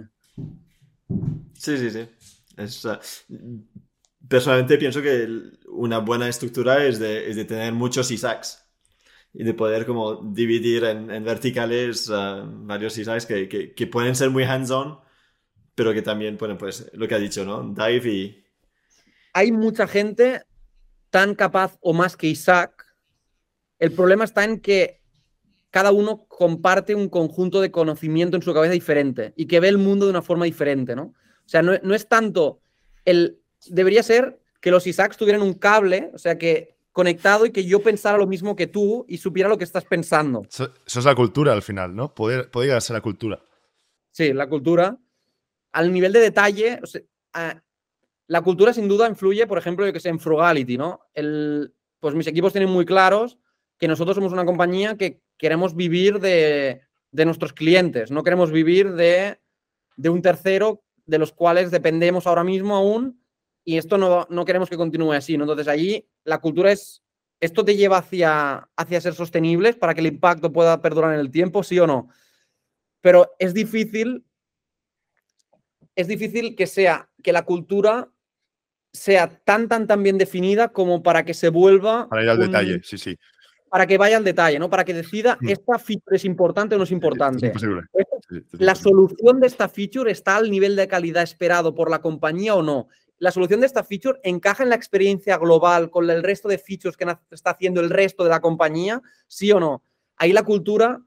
Speaker 3: Sí, sí, sí. Es, uh, personalmente pienso que una buena estructura es de, es de tener muchos Isaacs y de poder como dividir en, en verticales uh, varios Isaacs que, que, que pueden ser muy hands-on, pero que también pueden, pues, lo que ha dicho, ¿no? Dive y...
Speaker 1: Hay mucha gente tan capaz o más que Isaac. El problema está en que cada uno comparte un conjunto de conocimiento en su cabeza diferente y que ve el mundo de una forma diferente, ¿no? O sea, no, no es tanto el... Debería ser que los Isaacs tuvieran un cable, o sea, que conectado y que yo pensara lo mismo que tú y supiera lo que estás pensando.
Speaker 2: Eso, eso es la cultura al final, ¿no? Poder, poder llegar a ser la cultura.
Speaker 1: Sí, la cultura. Al nivel de detalle, o sea, a, la cultura sin duda influye, por ejemplo, yo que sé, en Frugality, ¿no? El, pues mis equipos tienen muy claros que nosotros somos una compañía que queremos vivir de, de nuestros clientes, no queremos vivir de, de un tercero de los cuales dependemos ahora mismo aún, y esto no, no queremos que continúe así, ¿no? Entonces allí la cultura es, ¿esto te lleva hacia, hacia ser sostenibles para que el impacto pueda perdurar en el tiempo, sí o no? Pero es difícil, es difícil que sea, que la cultura sea tan, tan, tan bien definida como para que se vuelva...
Speaker 2: Para ir al
Speaker 1: un,
Speaker 2: detalle, sí, sí.
Speaker 1: Para que vaya al detalle, ¿no? Para que decida mm. esta feature es importante o no es importante.
Speaker 2: Es imposible.
Speaker 1: Esta,
Speaker 2: sí, es
Speaker 1: la
Speaker 2: imposible.
Speaker 1: solución de esta feature está al nivel de calidad esperado por la compañía o no. La solución de esta feature encaja en la experiencia global con el resto de features que está haciendo el resto de la compañía, sí o no. Ahí la cultura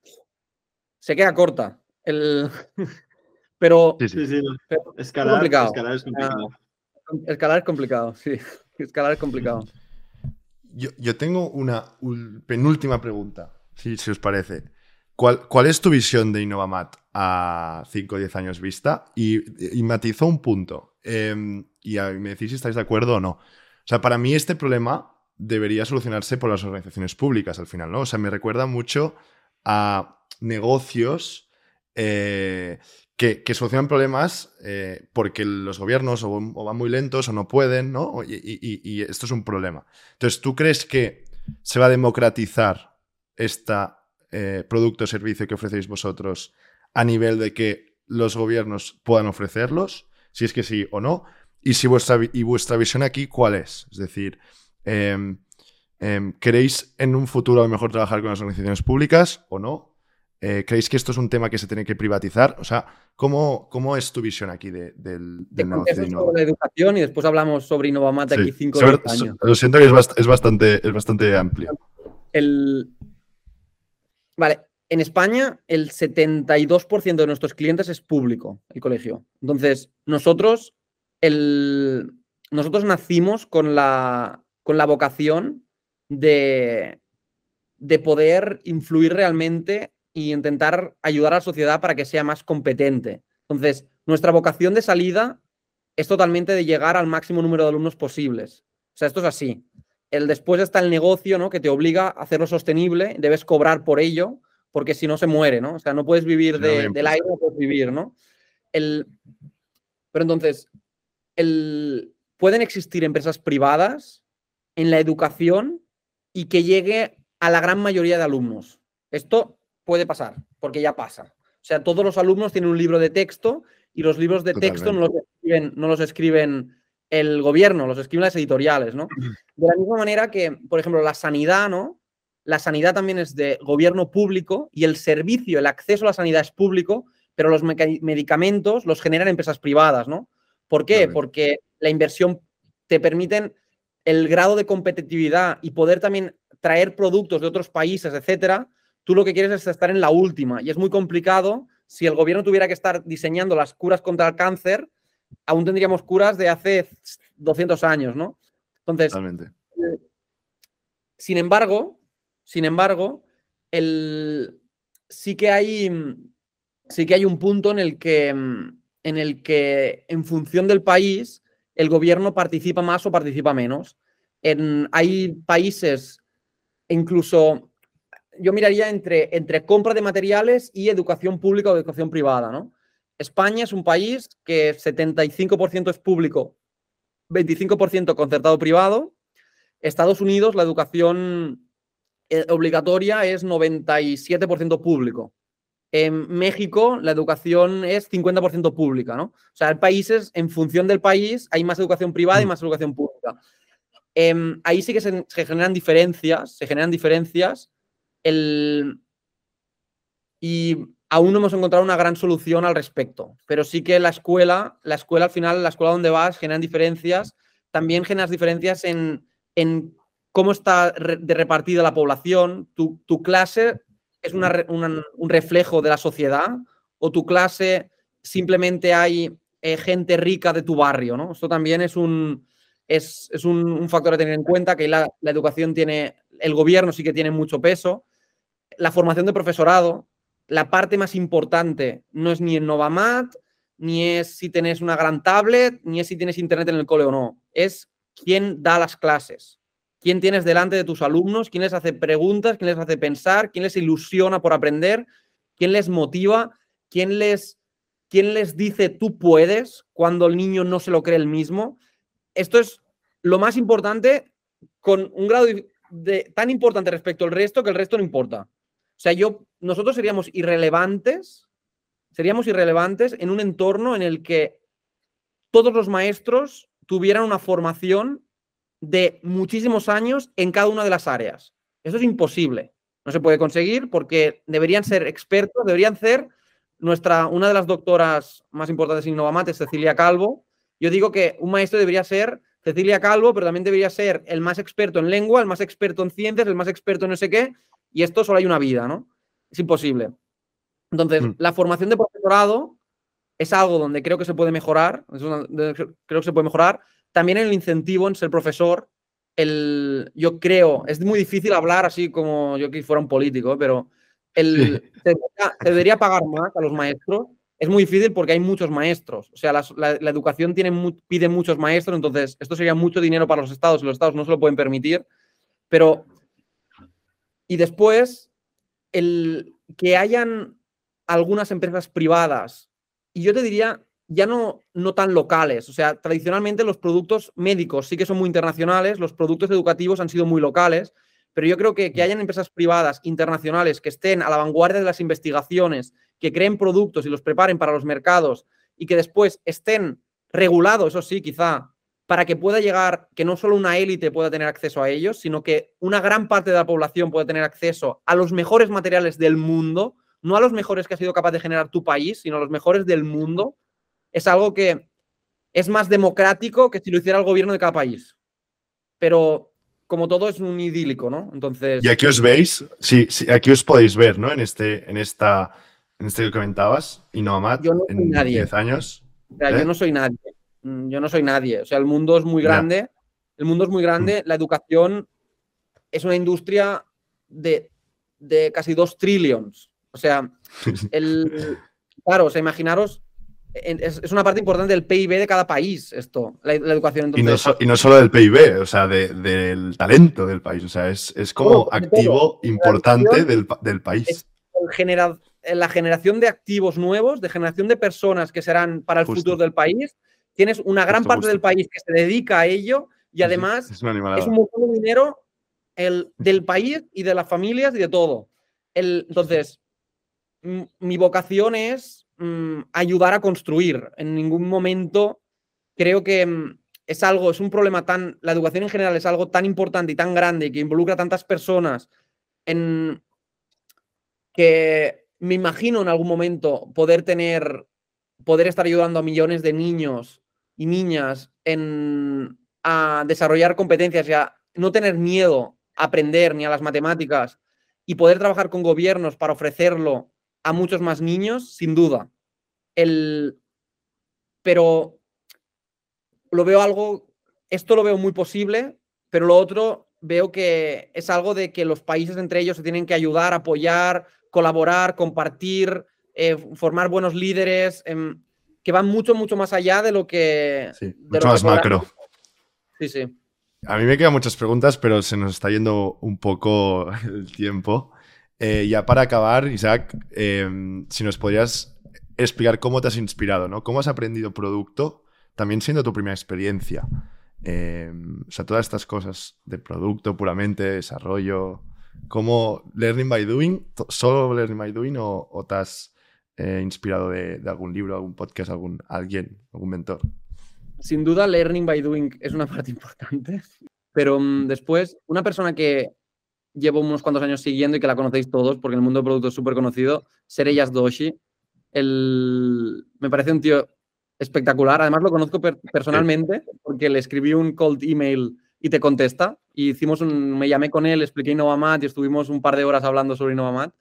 Speaker 1: se queda corta. El... Pero,
Speaker 2: Sí, sí.
Speaker 4: Sí, sí, no.
Speaker 1: pero
Speaker 4: Escalar,
Speaker 1: es complicado.
Speaker 4: escalar es complicado.
Speaker 1: Uh, escalar es complicado, sí. Escalar es complicado.
Speaker 2: Yo, yo tengo una un, penúltima pregunta, si, si os parece. ¿Cuál, ¿Cuál es tu visión de Innovamat a cinco o diez años vista? Y, y matizo un punto. Eh, y a, me decís si estáis de acuerdo o no. O sea, para mí este problema debería solucionarse por las organizaciones públicas al final, ¿no? O sea, me recuerda mucho a negocios eh, que, que solucionan problemas eh, porque los gobiernos o, o van muy lentos o no pueden, ¿no? Y, y, y esto es un problema. Entonces, ¿tú crees que se va a democratizar este eh, producto o servicio que ofrecéis vosotros a nivel de que los gobiernos puedan ofrecerlos? Si es que sí o no. Y, si vuestra, y vuestra visión aquí, ¿cuál es? Es decir, eh, eh, ¿queréis en un futuro a lo mejor trabajar con las organizaciones públicas o no? Eh, ¿Creéis que esto es un tema que se tiene que privatizar? O sea, ¿cómo, cómo es tu visión aquí de, del, del negocio de Innova?
Speaker 1: Sobre la educación y después hablamos sobre Innovamat
Speaker 2: sí.
Speaker 1: aquí cinco o diez años.
Speaker 2: Lo siento que es, bast es, bastante, es bastante amplio.
Speaker 1: El... Vale, en España el setenta y dos por ciento de nuestros clientes es público, el colegio. Entonces, nosotros, el... nosotros nacimos con la, con la vocación de, de poder influir realmente y intentar ayudar a la sociedad para que sea más competente. Entonces, nuestra vocación de salida es totalmente de llegar al máximo número de alumnos posibles. O sea, esto es así. El después está el negocio, ¿no? Que te obliga a hacerlo sostenible, debes cobrar por ello, porque si no se muere, ¿no? O sea, no puedes vivir de, del aire, no puedes vivir, ¿no? El... Pero entonces, el... pueden existir empresas privadas en la educación y que llegue a la gran mayoría de alumnos. Esto puede pasar, porque ya pasa. O sea, todos los alumnos tienen un libro de texto y los libros de Totalmente. texto no los, escriben, no los escriben el gobierno, los escriben las editoriales, ¿no? De la misma manera que, por ejemplo, la sanidad, ¿no? La sanidad también es de gobierno público y el servicio, el acceso a la sanidad es público, pero los medicamentos los generan empresas privadas, ¿no? ¿Por qué? Claro. Porque la inversión te permiten el grado de competitividad y poder también traer productos de otros países, etcétera. Tú lo que quieres es estar en la última y es muy complicado. Si el gobierno tuviera que estar diseñando las curas contra el cáncer, aún tendríamos curas de hace doscientos años, ¿no? Entonces, Totalmente. sin embargo, sin embargo, el, sí que hay, sí que hay un punto en el que, en el que, en función del país, el gobierno participa más o participa menos. En, hay países, incluso yo miraría entre, entre compra de materiales y educación pública o educación privada, ¿no? España es un país que setenta y cinco por ciento es público, veinticinco por ciento concertado privado. Estados Unidos, la educación obligatoria es noventa y siete por ciento público. En México, la educación es cincuenta por ciento pública, ¿no? O sea, hay países, en función del país, hay más educación privada y más educación pública. Eh, ahí sí que se, se generan diferencias, se generan diferencias. El, y aún no hemos encontrado una gran solución al respecto. Pero sí que la escuela, la escuela al final, la escuela donde vas, generan diferencias. También generas diferencias en, en cómo está re, de repartida la población. Tu, tu clase es una, una, un reflejo de la sociedad, o tu clase simplemente hay eh, gente rica de tu barrio, ¿no? Esto también es un, es, es un, un factor a tener en cuenta, que la, la educación tiene, el gobierno sí que tiene mucho peso. La formación de profesorado, la parte más importante no es ni en Novamat, ni es si tienes una gran tablet, ni es si tienes internet en el cole o no. Es quién da las clases. ¿Quién tienes delante de tus alumnos? ¿Quién les hace preguntas? ¿Quién les hace pensar? ¿Quién les ilusiona por aprender? ¿Quién les motiva? ¿Quién les, quién les dice tú puedes cuando el niño no se lo cree él mismo? Esto es lo más importante, con un grado de, de, tan importante respecto al resto, que el resto no importa. O sea, yo, nosotros seríamos irrelevantes, seríamos irrelevantes en un entorno en el que todos los maestros tuvieran una formación de muchísimos años en cada una de las áreas. Eso es imposible. No se puede conseguir porque deberían ser expertos, deberían ser nuestra, una de las doctoras más importantes en Novamat es Cecilia Calvo. Yo digo que un maestro debería ser Cecilia Calvo, pero también debería ser el más experto en lengua, el más experto en ciencias, el más experto en no sé qué, y esto solo hay una vida, ¿no? Es imposible. Entonces, mm. la formación de profesorado es algo donde creo que se puede mejorar, es una, creo que se puede mejorar. También el incentivo en ser profesor, el, yo creo, es muy difícil hablar así como yo que fuera un político, pero el, sí. se, debería, se debería pagar más a los maestros. Es muy difícil porque hay muchos maestros. O sea, la, la, la educación tiene, pide muchos maestros, entonces esto sería mucho dinero para los estados y los estados no se lo pueden permitir. Pero, y después, el que hayan algunas empresas privadas, y yo te diría, ya no, no tan locales. O sea, tradicionalmente los productos médicos sí que son muy internacionales, los productos educativos han sido muy locales, pero yo creo que que hayan empresas privadas internacionales que estén a la vanguardia de las investigaciones, que creen productos y los preparen para los mercados y que después estén regulados, eso sí, quizá, para que pueda llegar, que no solo una élite pueda tener acceso a ellos, sino que una gran parte de la población pueda tener acceso a los mejores materiales del mundo, no a los mejores que ha sido capaz de generar tu país, sino a los mejores del mundo. Es algo que es más democrático que si lo hiciera el gobierno de cada país. Pero como todo es un idílico, ¿no? Entonces...
Speaker 2: Y aquí os veis, sí, sí aquí os podéis ver, ¿no? En este, en esta, en este que comentabas, y Novamat,
Speaker 1: yo no soy
Speaker 2: en
Speaker 1: nadie.
Speaker 2: diez años.
Speaker 1: O sea, ¿eh? Yo no soy nadie. Yo no soy nadie. O sea, el mundo es muy grande. Yeah. El mundo es muy grande. Mm. La educación es una industria de, de casi dos trillions. O sea, el... claro, o sea, imaginaros... Es, es una parte importante del P I B de cada país, esto, la, la educación. Entonces,
Speaker 2: y, no so, y no solo del P I B, o sea, de, del talento del país. O sea, es, es como todo, activo todo. importante del, del país.
Speaker 1: Es genera, la generación de activos nuevos, de generación de personas que serán para el justo. futuro del país. Tienes una gran justo, parte justo. del país que se dedica a ello y además
Speaker 2: es, una
Speaker 1: es un montón de dinero el, del país y de las familias y de todo. El, entonces, mi vocación es ayudar a construir. En ningún momento creo que es algo, es un problema tan, la educación en general es algo tan importante y tan grande y que involucra a tantas personas en que me imagino en algún momento poder tener, poder estar ayudando a millones de niños y niñas en, a desarrollar competencias y a no tener miedo a aprender ni a las matemáticas y poder trabajar con gobiernos para ofrecerlo a muchos más niños, sin duda. El, pero lo veo algo, esto lo veo muy posible, pero lo otro veo que es algo de que los países entre ellos se tienen que ayudar, apoyar, colaborar, compartir, eh, formar buenos líderes, eh, que van mucho, mucho más allá de lo que...
Speaker 2: Sí,
Speaker 1: de
Speaker 2: mucho
Speaker 1: lo
Speaker 2: más
Speaker 1: que
Speaker 2: macro.
Speaker 1: Sí, sí.
Speaker 2: A mí me quedan muchas preguntas, pero se nos está yendo un poco el tiempo. Eh, ya para acabar, Isaac, eh, si nos podrías explicar cómo te has inspirado, ¿no? ¿Cómo has aprendido producto, también siendo tu primera experiencia? Eh, o sea, todas estas cosas de producto puramente, desarrollo, ¿cómo learning by doing? ¿Solo learning by doing o, o te has eh, inspirado de, de algún libro, algún podcast, algún alguien, algún mentor?
Speaker 1: Sin duda, learning by doing es una parte importante, pero um, después, una persona que llevo unos cuantos años siguiendo y que la conocéis todos, porque el mundo del producto es súper conocido, Sereyas Doshi, el... me parece un tío espectacular. Además, lo conozco per personalmente porque le escribí un cold email y te contesta. Y hicimos un... me llamé con él, expliqué Innovamat y estuvimos un par de horas hablando sobre Innovamat.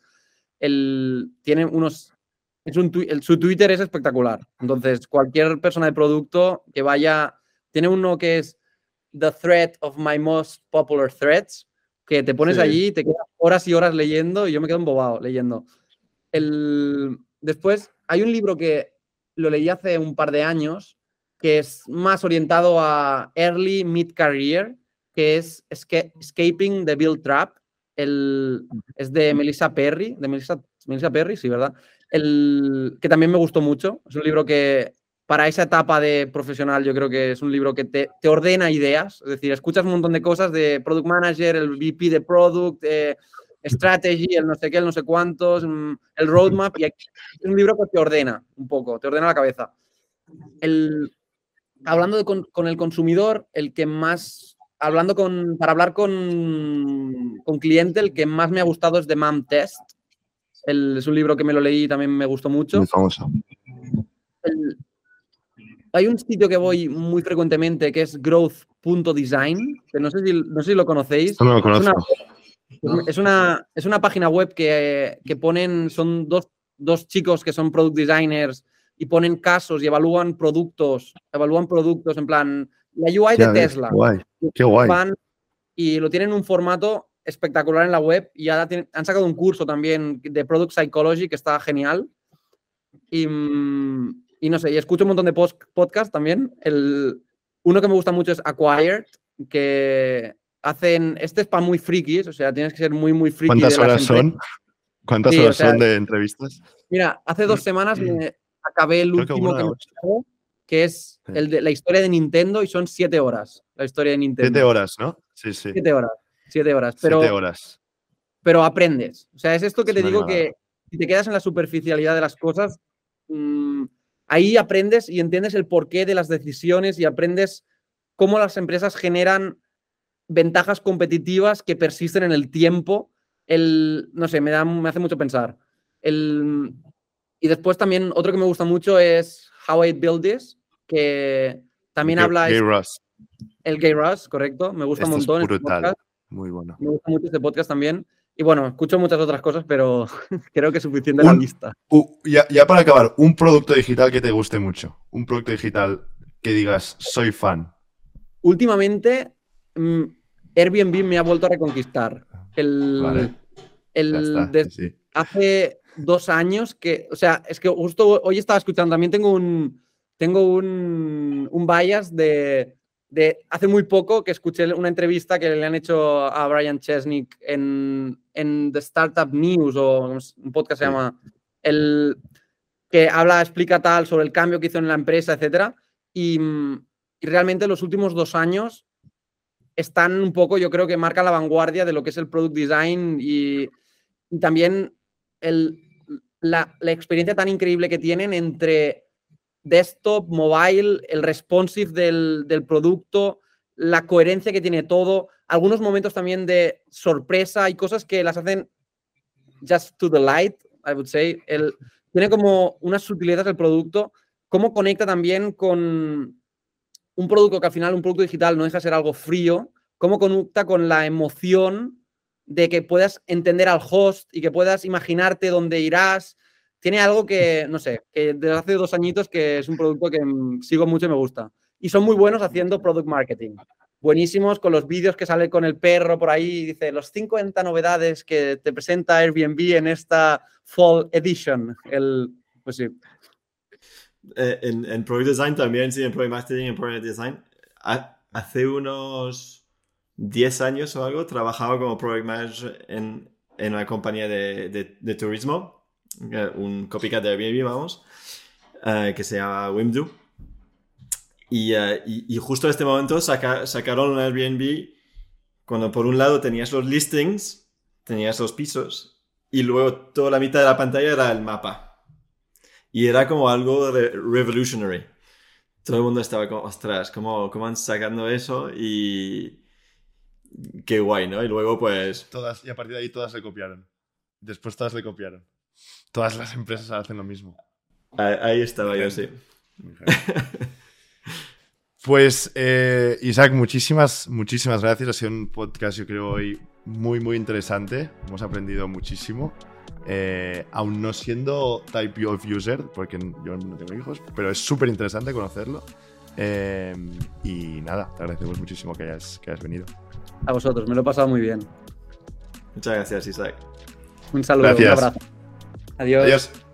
Speaker 1: Él tiene unos... Es un tu... el... su Twitter es espectacular. Entonces, cualquier persona de producto que vaya... Tiene uno que es The Thread of My Most Popular Threads, que te pones sí. allí y te quedas horas y horas leyendo y yo me quedo embobado leyendo. El... Después, hay un libro que lo leí hace un par de años que es más orientado a Early Mid-Career, que es Esca Escaping the Build Trap. El... Es de Melissa Perry, de Melissa, Melissa Perry, sí, ¿verdad? El... Que también me gustó mucho. Es un libro que para esa etapa de profesional yo creo que es un libro que te, te ordena ideas. Es decir, escuchas un montón de cosas de Product Manager, el V P de Product, eh, Strategy, el no sé qué, el no sé cuántos, el Roadmap, y aquí es un libro que te ordena un poco, te ordena la cabeza. El, hablando de con, con el consumidor, el que más, hablando con, para hablar con, con cliente, el que más me ha gustado es The Mam Test. El, es un libro que me lo leí y también me gustó mucho.
Speaker 2: Muy famoso.
Speaker 1: El, hay un sitio que voy muy frecuentemente que es growth punto design, que no sé si, no sé si lo conocéis.
Speaker 2: No lo conozco.
Speaker 1: Es una, es una, es una página web que, que ponen, son dos, dos chicos que son product designers y ponen casos y evalúan productos, evalúan productos en plan, la U I de Tesla.
Speaker 2: Qué guay, qué guay.
Speaker 1: Van y lo tienen en un formato espectacular en la web y ya tienen, han sacado un curso también de Product Psychology que está genial. Y, y no sé, y escucho un montón de post, podcasts también. El, uno que me gusta mucho es Acquired, que hacen, este es para muy frikis, o sea, tienes que ser muy, muy friki.
Speaker 2: ¿Cuántas
Speaker 1: de
Speaker 2: horas son? ¿Cuántas
Speaker 1: sí,
Speaker 2: horas
Speaker 1: o sea,
Speaker 2: son de entrevistas?
Speaker 1: Mira, hace dos semanas me acabé el
Speaker 2: Creo
Speaker 1: último
Speaker 2: que,
Speaker 1: que me gustó, que es
Speaker 2: sí.
Speaker 1: el de la historia de Nintendo, y son siete horas la historia de Nintendo.
Speaker 2: Siete horas, ¿no? Sí, sí.
Speaker 1: Siete horas, siete horas. Pero,
Speaker 2: siete horas.
Speaker 1: Pero aprendes. O sea, es esto que
Speaker 2: Es
Speaker 1: te digo
Speaker 2: animada.
Speaker 1: que si te quedas en la superficialidad de las cosas, mmm, ahí aprendes y entiendes el porqué de las decisiones y aprendes cómo las empresas generan ventajas competitivas que persisten en el tiempo. El, no sé, me, da, me hace mucho pensar. El, y después también otro que me gusta mucho es How I Build This, que también
Speaker 2: Gay,
Speaker 1: habla...
Speaker 2: Gay Raz.
Speaker 1: El Gay Raz, correcto. Me gusta
Speaker 2: Esto
Speaker 1: un montón.
Speaker 2: Es brutal.
Speaker 1: Este
Speaker 2: Muy bueno.
Speaker 1: me gusta mucho este podcast también. Y bueno, escucho muchas otras cosas, pero creo que es suficiente
Speaker 2: un,
Speaker 1: la lista.
Speaker 2: Uh, ya, ya para acabar, un producto digital que te guste mucho. Un producto digital que digas, soy fan.
Speaker 1: Últimamente, mmm, Airbnb me ha vuelto a reconquistar. El,
Speaker 2: vale.
Speaker 1: el
Speaker 2: está,
Speaker 1: de,
Speaker 2: sí.
Speaker 1: Hace dos años que, o sea, es que justo hoy estaba escuchando, también tengo un, tengo un, un bias de, de hace muy poco que escuché una entrevista que le han hecho a Brian Chesnick en, en The Startup News, o un podcast que
Speaker 2: sí.
Speaker 1: se llama, el, que habla, explica tal sobre el cambio que hizo en la empresa, etcétera. Y, y realmente los últimos dos años están un poco, yo creo que marcan la vanguardia de lo que es el product design y, y también el, la, la experiencia tan increíble que tienen entre desktop, mobile, el responsive del, del producto, la coherencia que tiene todo, algunos momentos también de sorpresa y cosas que las hacen just to the light, I would say. El, tiene como unas sutilezas el producto, cómo conecta también con un producto que al final, un producto digital no deja de ser algo frío, cómo conecta con la emoción de que puedas entender al host y que puedas imaginarte dónde irás. Tiene algo que, no sé, que desde hace dos añitos que es un producto que sigo mucho y me gusta. Y son muy buenos haciendo product marketing. Buenísimos con los vídeos que sale con el perro por ahí y dice los cincuenta novedades que te presenta Airbnb en esta Fall Edition. El, pues sí.
Speaker 3: Eh, en, en Product Design también, sí, en Product Marketing, en Product Design. Ha, hace unos diez años o algo trabajaba como Product Manager en, en una compañía de, de, de turismo un copycat de Airbnb, vamos, uh, que se llama Wimdu. Y, uh, y, y justo en este momento saca, sacaron un Airbnb cuando por un lado tenías los listings, tenías los pisos, y luego toda la mitad de la pantalla era el mapa. Y era como algo re- revolutionary. Todo el mundo estaba como, ostras, ¿cómo, cómo van sacando eso? Y qué guay, ¿no? Y luego pues...
Speaker 2: Todas, y a partir de ahí todas le copiaron. Después todas le copiaron. Todas las empresas hacen lo mismo.
Speaker 3: Ahí, ahí estaba yo, sí.
Speaker 2: Pues, eh, Isaac, muchísimas, muchísimas gracias. Ha sido un podcast, yo creo, hoy muy, muy interesante. Hemos aprendido muchísimo. Eh, aún no siendo type of user, porque yo no tengo hijos, pero es súper interesante conocerlo. Eh, y nada, te agradecemos muchísimo que hayas, que hayas venido.
Speaker 1: A vosotros, me lo he pasado muy bien.
Speaker 3: Muchas gracias, Isaac.
Speaker 1: Un saludo,
Speaker 2: Gracias.
Speaker 1: un abrazo. Adiós.
Speaker 2: Adiós.